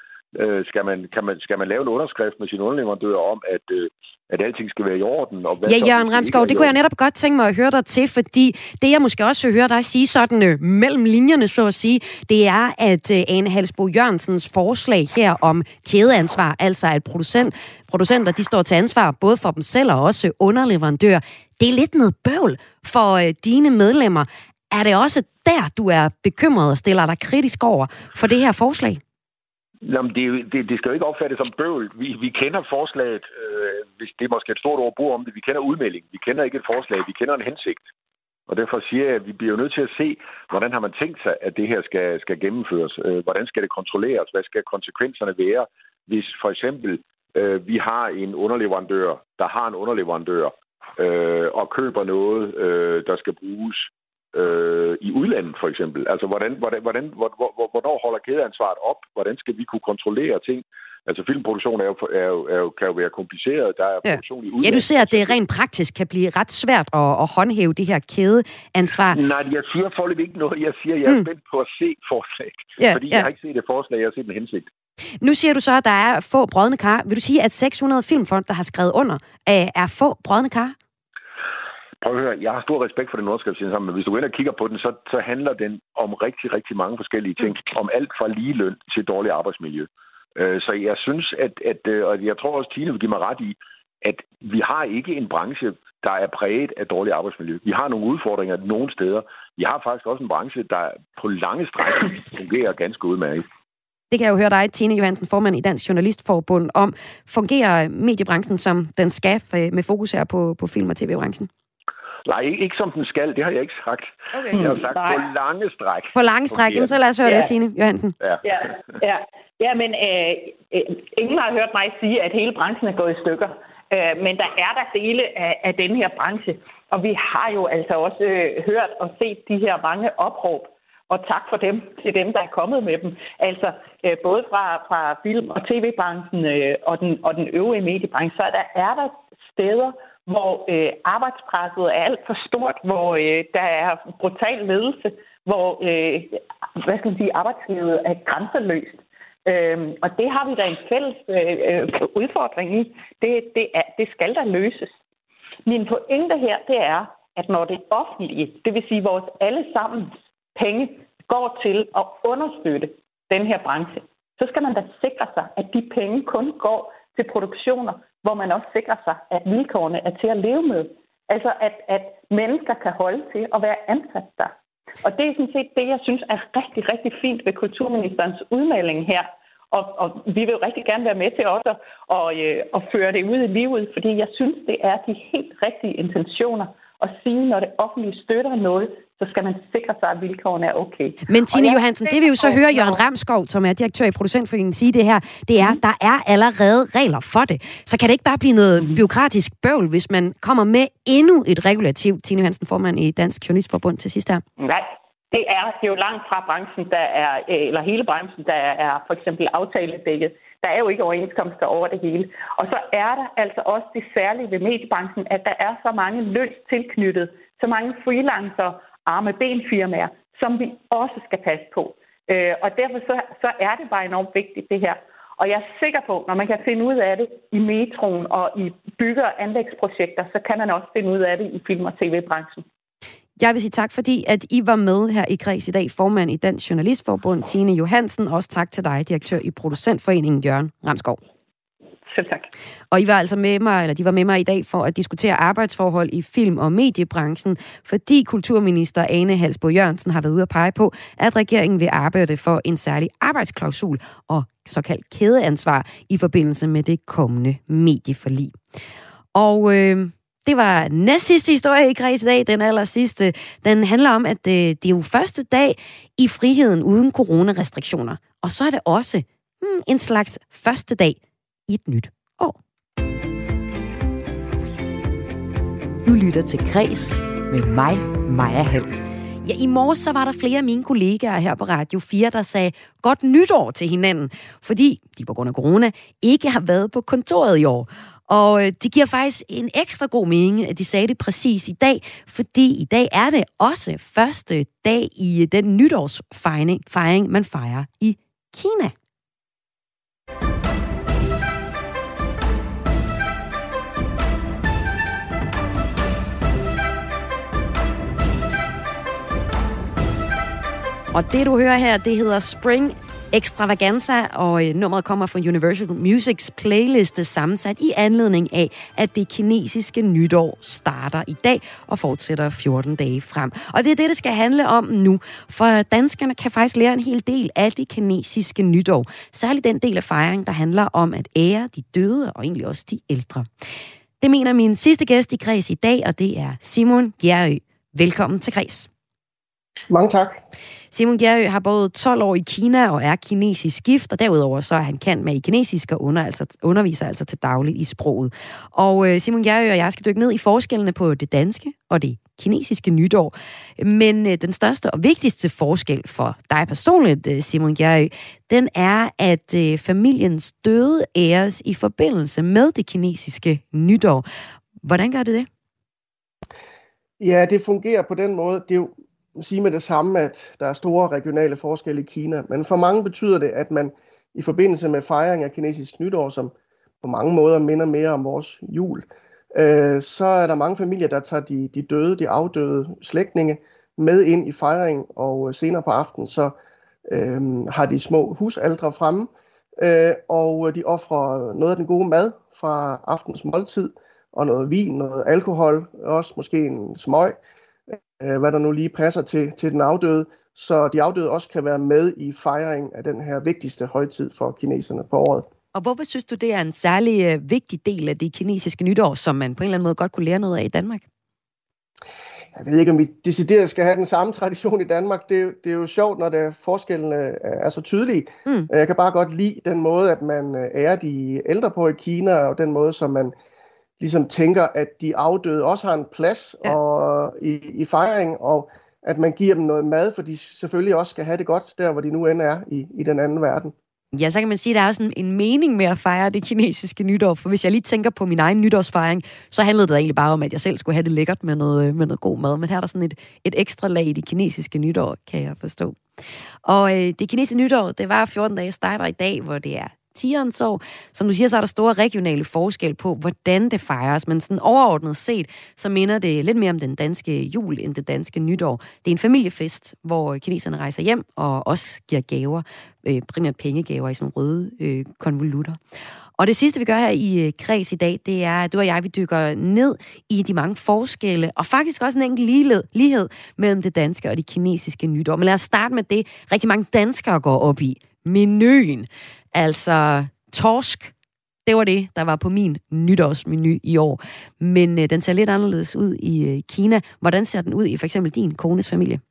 Skal man lave en underskrift med sine underleverandører om, at alting skal være i orden? Og ja, Jørgen Ramskov, det kunne jeg netop godt tænke mig at høre dig til, fordi det, jeg måske også hører dig sige sådan mellem linjerne, så at sige, det er, at Ane Halsboe Jørgensens forslag her om kædeansvar, altså at producenter, de står til ansvar både for dem selv og også underleverandører, det er lidt noget bøvl for dine medlemmer. Er det også der, du er bekymret og stiller dig kritisk over for det her forslag? Jamen, det skal jo ikke opfattes som bøvl. Vi kender forslaget, hvis det er måske et stort ord at bruge om det. Vi kender udmelding. Vi kender ikke et forslag. Vi kender en hensigt. Og derfor siger jeg, at vi bliver jo nødt til at se, hvordan har man tænkt sig, at det her skal gennemføres. Hvordan skal det kontrolleres? Hvad skal konsekvenserne være, hvis for eksempel vi har en underleverandør, der har en underleverandør og køber noget, der skal bruges i udlandet for eksempel. Altså, hvornår holder kædeansvaret op? Hvordan skal vi kunne kontrollere ting? Altså, filmproduktion kan jo være kompliceret. Der er produktion i udlandet. Ja, du ser, at det rent praktisk kan blive ret svært at håndhæve det her kædeansvar. Nej, jeg siger foreløbig ikke noget. Jeg siger, at jeg er spændt på at se forslag. Fordi jeg har ikke set et forslag, jeg har set en hensigt. Nu siger du så, at der er få brodne kar. Vil du sige, at 600 filmfond, der har skrevet under, er få brodne kar? Prøv at høre, jeg har stor respekt for den underskriftsindsamling, men hvis du går ind og kigger på den, så handler den om rigtig, rigtig mange forskellige ting. Om alt fra ligeløn til dårligt arbejdsmiljø. Så jeg synes, og jeg tror også, Tine vil give mig ret i, at vi har ikke en branche, der er præget af dårligt arbejdsmiljø. Vi har nogle udfordringer nogle steder. Vi har faktisk også en branche, der på lange stræk fungerer ganske udmærket. Det kan jeg jo høre dig, Tine Johansen, formand i Dansk Journalistforbund, om. Fungerer mediebranchen, som den skal, med fokus her på film- og tv-branchen? Nej, ikke som den skal. Det har jeg ikke sagt. Okay. Jeg har sagt på lange stræk. På lange stræk. Jamen, så lad os høre det, Tine Johansen. Ja, men ingen har hørt mig sige, at hele branchen er gået i stykker. Men der er der dele af den her branche. Og vi har jo altså også hørt og set de her mange opråb. Og tak for dem, til dem, der er kommet med dem. Altså, både fra film- og tv-branchen og den øvrige mediebranche, så er der steder, hvor arbejdspresset er alt for stort, hvor der er brutal ledelse, hvor arbejdslivet er grænseløst. Og det har vi da en fælles udfordring i. Det skal der løses. Min pointe her, det er, at når det offentlige, det vil sige vores allesammens penge, går til at understøtte den her branche, så skal man da sikre sig, at de penge kun går til produktioner, hvor man også sikrer sig, at vilkårene er til at leve med. Altså, at mennesker kan holde til at være ansat der. Og det er sådan set det, jeg synes er rigtig, rigtig fint ved kulturministerens udmelding her. Og vi vil jo rigtig gerne være med til også at føre det ud i livet, fordi jeg synes, det er de helt rigtige intentioner at sige, når det offentlige støtter noget, så skal man sikre sig, at vilkårene er okay. Men Tine Johansen, det vil jo så høre Jørgen Ramskov, som er direktør i Producentforeningen, sige det her, det er, der er allerede regler for det. Så kan det ikke bare blive noget bureaukratisk bøvl, hvis man kommer med endnu et regulativ, Tine Johansen, formand i Dansk Journalistforbund, til sidst her? Nej, det er jo langt fra branchen, eller hele branchen, der er for eksempel aftaledækket. Der er jo ikke overenskomster over det hele. Og så er der altså også det særlige ved mediebranchen, at der er så mange løst tilknyttet, så mange freelancer, arme-ben-firmaer, som vi også skal passe på. Og derfor så er det bare enormt vigtigt, det her. Og jeg er sikker på, når man kan finde ud af det i metroen og i bygge- og anlægsprojekter, så kan man også finde ud af det i film- og tv-branchen. Jeg vil sige tak, fordi at I var med her i Kreds i dag, formand i Dansk Journalistforbund, Tine Johansen. Også tak til dig, direktør i Producentforeningen, Jørgen Ramskov. Selv tak. Og I var altså med mig, eller de var med mig i dag for at diskutere arbejdsforhold i film- og mediebranchen, fordi kulturminister Ane Halsboe Jørgensen har været ude at pege på, at regeringen vil arbejde for en særlig arbejdsklausul og såkaldt kædeansvar i forbindelse med det kommende medieforlig. Og det var næstsidste historie i Kreds i dag, den aller sidste. Den handler om, at det er jo første dag i friheden uden coronarestriktioner. Og så er det også en slags første dag i et nyt år. Du lytter til Kreds med mig, Maja Hall. Ja, i morges så var der flere af mine kollegaer her på Radio 4, der sagde godt nytår til hinanden, fordi de på grund af corona ikke har været på kontoret i år. Og det giver faktisk en ekstra god mening, at de sagde det præcis i dag, fordi i dag er det også første dag i den nytårsfejring, man fejrer i Kina. Og det, du hører her, det hedder Spring Extravaganza, og nummeret kommer fra Universal Musics playliste sammensat i anledning af, at det kinesiske nytår starter i dag og fortsætter 14 dage frem. Og det er det skal handle om nu, for danskerne kan faktisk lære en hel del af det kinesiske nytår. Særligt den del af fejringen, der handler om at ære de døde og egentlig også de ældre. Det mener min sidste gæst i Kreds i dag, og det er Simon Gjerø. Velkommen til Kreds. Mange tak. Simon Gjerø har både 12 år i Kina og er kinesisk gift, og derudover så er han kendt med i kinesisk og underviser altså til dagligt i sproget. Og Simon Gjerø og jeg skal dykke ned i forskellene på det danske og det kinesiske nytår. Men den største og vigtigste forskel for dig personligt, Simon Gjerø, den er, at familiens døde æres i forbindelse med det kinesiske nytår. Hvordan gør det det? Ja, det fungerer på den måde. Det er jo sige med det samme, at der er store regionale forskelle i Kina. Men for mange betyder det, at man i forbindelse med fejring af kinesisk nytår, som på mange måder minder mere om vores jul, så er der mange familier, der tager de døde, de afdøde slægtninge med ind i fejringen, og senere på aftenen så har de små husaldre fremme, og de offrer noget af den gode mad fra aftens måltid, og noget vin, noget alkohol, også måske en smøg, hvad der nu lige passer til den afdøde, så de afdøde også kan være med i fejring af den her vigtigste højtid for kineserne på året. Og hvorfor synes du, det er en særlig vigtig del af det kinesiske nytår, som man på en eller anden måde godt kunne lære noget af i Danmark? Jeg ved ikke, om vi decideret skal have den samme tradition i Danmark. Det er jo sjovt, når forskellene er så tydelige. Jeg kan bare godt lide den måde, at man ærer de ældre på i Kina, og den måde, som man ligesom tænker, at de afdøde også har en plads i fejring, og at man giver dem noget mad, for de selvfølgelig også skal have det godt, der hvor de nu end er i den anden verden. Ja, så kan man sige, at der er også en mening med at fejre det kinesiske nytår, for hvis jeg lige tænker på min egen nytårsfejring, så handlede det egentlig bare om, at jeg selv skulle have det lækkert med noget god mad, men her er der sådan et ekstra lag i det kinesiske nytår, kan jeg forstå. Og det kinesiske nytår, det var 14 dage starter i dag, hvor det er tigerens år. Som du siger, så er der store regionale forskel på, hvordan det fejres, men sådan overordnet set, så minder det lidt mere om den danske jul end det danske nytår. Det er en familiefest, hvor kineserne rejser hjem og også giver gaver, primært pengegaver i sådan røde konvolutter. Og det sidste, vi gør her i Kreds i dag, det er, at du og jeg, vi dykker ned i de mange forskelle, og faktisk også en enkelt lighed mellem det danske og det kinesiske nytår. Men lad os starte med det, rigtig mange danskere går op i. Menuen. Altså torsk, det var det, der var på min nytårsmenu i år. Men den ser lidt anderledes ud i Kina. Hvordan ser den ud i for eksempel din kones familie?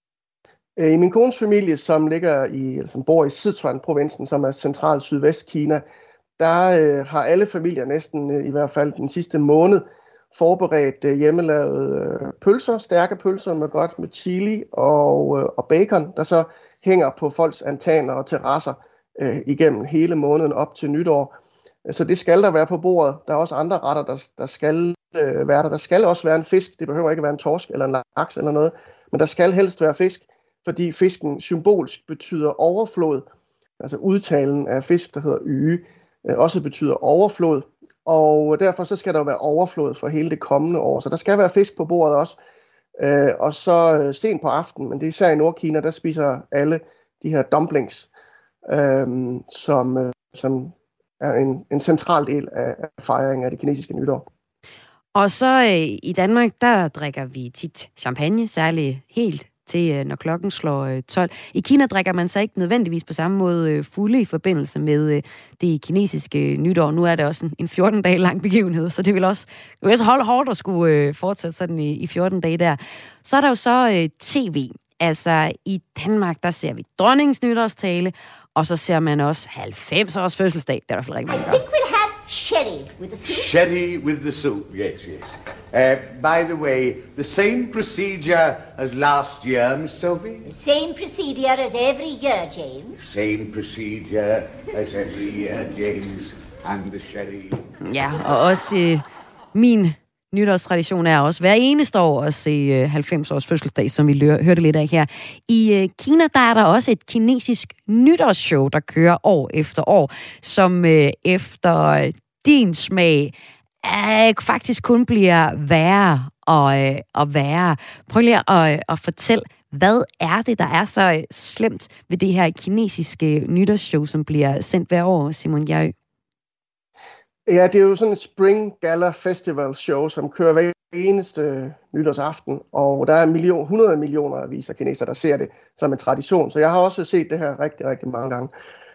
I min kones familie, som bor i Sichuan-provinsen, som er central sydvest Kina, der har alle familier næsten i hvert fald den sidste måned forberedt hjemmelavede pølser, stærke pølser med chili og bacon, der så hænger på folks altaner og terrasser igennem hele måneden op til nytår. Så det skal der være på bordet. Der er også andre retter, der skal være der. Der skal også være en fisk. Det behøver ikke være en torsk eller en laks eller noget. Men der skal helst være fisk, fordi fisken symbolsk betyder overflod. Altså udtalen af fisk, der hedder yge, også betyder overflod. Og derfor så skal der være overflod for hele det kommende år. Så der skal være fisk på bordet også. Og så sent på aftenen, men det er især i Nordkina, der spiser alle de her dumplings, som er en central del af fejringen af det kinesiske nytår. Og så i Danmark, der drikker vi tit champagne, særligt helt til, når klokken slår 12. I Kina drikker man så ikke nødvendigvis på samme måde fulde i forbindelse med det kinesiske nytår. Nu er det også en 14-dage lang begivenhed, så det vil også holde hårdt at skulle fortsætte sådan i 14 dage der. Så er der jo så tv. Altså i Danmark, der ser vi dronningens nytårstale, og så ser man også 90 års fødselsdag. Det er der i hvert fald rigtig mange. I think we'll have sherry with the soup. Sherry with the soup, yes. By the way, the same procedure as last year, Miss Sophie? The same procedure as every year, James. Same procedure as every year, James. and the sherry. Ja, og også min nytårstradition er også hver eneste år at se 90-års fødselsdag, som vi hørte lidt af her. I Kina, der er der også et kinesisk nytårsshow, der kører år efter år, som efter din smag faktisk kun bliver værre og værre. Prøv lige at fortælle, hvad er det, der er så slemt ved det her kinesiske nytårsshow, som bliver sendt hver år, Simon Jerø? Ja, det er jo sådan et Spring Gala Festival show, som kører hver eneste nytårsaften, og der er 100 millioner aviser kinesere, der ser det som en tradition. Så jeg har også set det her rigtig, rigtig mange gange.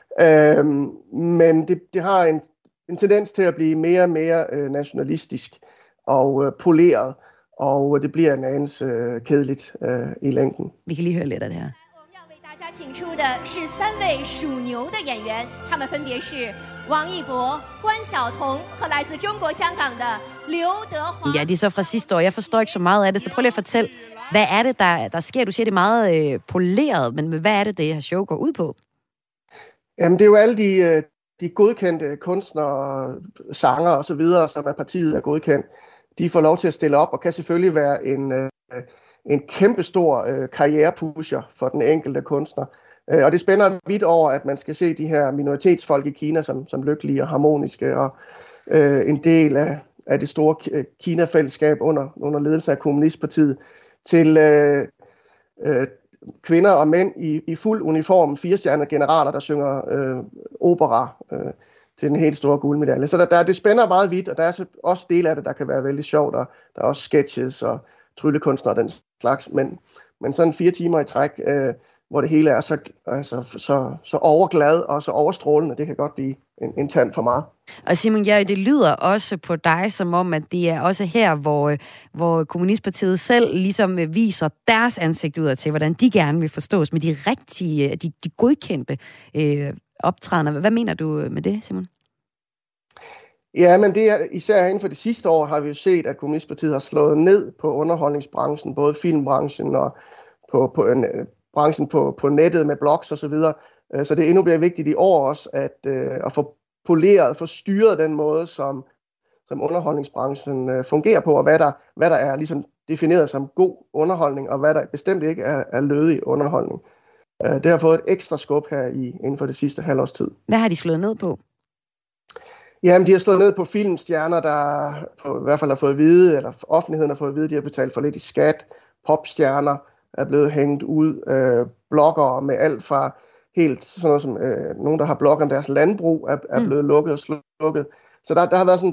Men det har en tendens til at blive mere og mere nationalistisk og poleret, og det bliver en anelse kedeligt i længden. Vi kan lige høre lidt af det her. 请出的是3位属牛的演员，他们分别是王一博、关晓彤和来自中国香港的刘德华。 Ja, det er så fra sidste år. Jeg forstår ikke så meget af det, så prøv lige at fortælle, hvad er det, der sker? Du siger, det er meget poleret, men hvad er det her show går ud på? Jamen, det er jo alle de godkendte kunstnere, sanger og så videre, som af partiet er godkendt. De får lov til at stille op, og kan selvfølgelig være en kæmpestor karrierepusher for den enkelte kunstner. Og det spænder vidt over, at man skal se de her minoritetsfolk i Kina som lykkelige og harmoniske, og en del af det store Kina-fællesskab under ledelse af Kommunistpartiet, til kvinder og mænd i fuld uniform, 4-stjernede generaler, der synger opera til den helt store guldmedalje. Så det spænder meget vidt, og der er også dele af det, der kan være vældig sjovt. Der er også sketches og tryllekunstnere og den slags, men sådan 4 timer i træk, hvor det hele er så overglad og så overstrålende, det kan godt blive en tand for meget. Og Simon Jerø, det lyder også på dig som om, at det er også her, hvor Kommunistpartiet selv ligesom viser deres ansigt udad til, hvordan de gerne vil forstås med de rigtige, de godkendte optrædener. Hvad mener du med det, Simon? Ja, men det er især inden for de sidste år har vi jo set, at Kommunistpartiet har slået ned på underholdningsbranchen, både filmbranchen og på branchen på nettet med blogs og så videre. Så det er endnu mere vigtigt i år også at få poleret, få styret den måde, som underholdningsbranchen fungerer på, og hvad der er ligesom defineret som god underholdning, og hvad der bestemt ikke er lødig underholdning. Det har fået et ekstra skub her inden for det sidste halvårs tid. Hvad har de slået ned på? Jamen, de har slået ned på filmstjerner, der i hvert fald har fået at vide, eller offentligheden har fået at vide, de har betalt for lidt i skat. Popstjerner er blevet hængt ud. Bloggere med alt fra helt sådan noget som nogen, der har blogget om deres landbrug, er blevet lukket og slukket. Så der har været sådan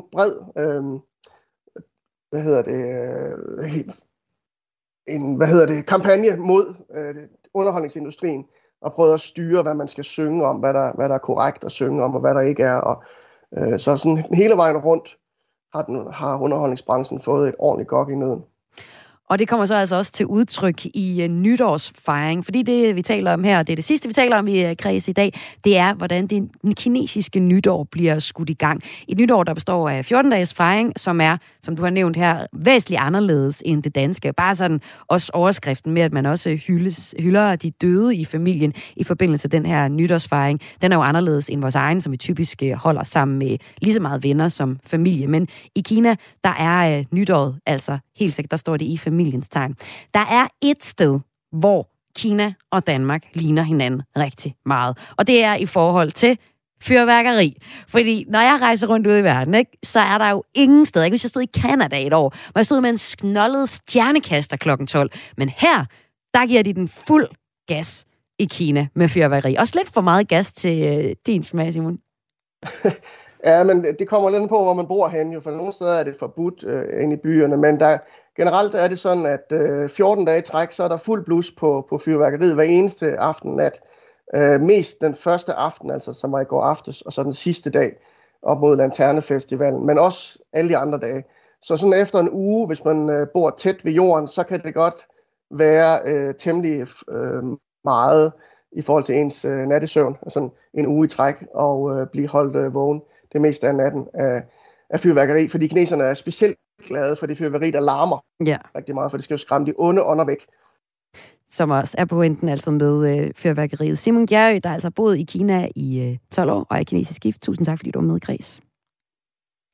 en bred kampagne mod underholdningsindustrien, og prøvet at styre, hvad man skal synge om, hvad der er korrekt at synge om, og hvad der ikke er. Og så sådan hele vejen rundt har underholdningsbranchen fået et ordentligt gok i nøden. Og det kommer så altså også til udtryk i nytårsfejring, fordi det, vi taler om her, det er det sidste, vi taler om i Kreds i dag, det er, hvordan den kinesiske nytår bliver skudt i gang. Et nytår, der består af 14-dages fejring, som er, som du har nævnt her, væsentligt anderledes end det danske. Bare sådan også overskriften med, at man også hylder de døde i familien i forbindelse med den her nytårsfejring. Den er jo anderledes end vores egen, som vi typisk holder sammen med lige så meget venner som familie. Men i Kina, der er nytåret altså helt sikkert, der står det i familiens tegn. Der er et sted, hvor Kina og Danmark ligner hinanden rigtig meget. Og det er i forhold til fyrværkeri. Fordi når jeg rejser rundt ude i verden, ikke, så er der jo ingen steder. Hvis jeg stod i Canada et år, hvor jeg stod med en sknoldet stjernekaster kl. 12. Men her, der giver de den fuld gas i Kina med fyrværkeri. Også lidt for meget gas til din smag, Simon. Ja, men det kommer lidt på, hvor man bor hen, jo, for nogle steder er det forbudt inde i byerne, men generelt er det sådan, at 14 dage i træk, så er der fuld blus på fyrværkeriet hver eneste aften-nat. Mest den første aften, altså som var i går aftes, og så den sidste dag op mod Lanternefestivalen, men også alle de andre dage. Så sådan efter en uge, hvis man bor tæt ved jorden, så kan det godt være temmelig meget i forhold til ens nattesøvn, altså en uge i træk, og blive holdt vågen det meste af natten af fyrværkeri, fordi kineserne er specielt glade for det fyrværkeri, der larmer rigtig meget, for det skal jo skræmme de onde ånder væk. Som også er pointen altså med fyrværkeriet. Simon Jerø, der altså boet i Kina i 12 år og er kinesisk gift. Tusind tak, fordi du var med i Kreds.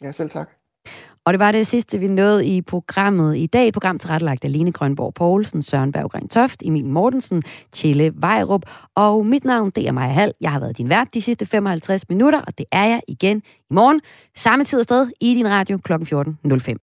Ja, selv tak. Og det var det sidste, vi nåede i programmet i dag. Et program tilrettelagt af Line Grønborg Poulsen, Søren Berggren Toft, Emil Mortensen, Tjelle Vejrup. Og mit navn, det er Maja Hall. Jeg har været din vært de sidste 55 minutter, og det er jeg igen i morgen. Samme tid og sted i din radio kl. 14.05.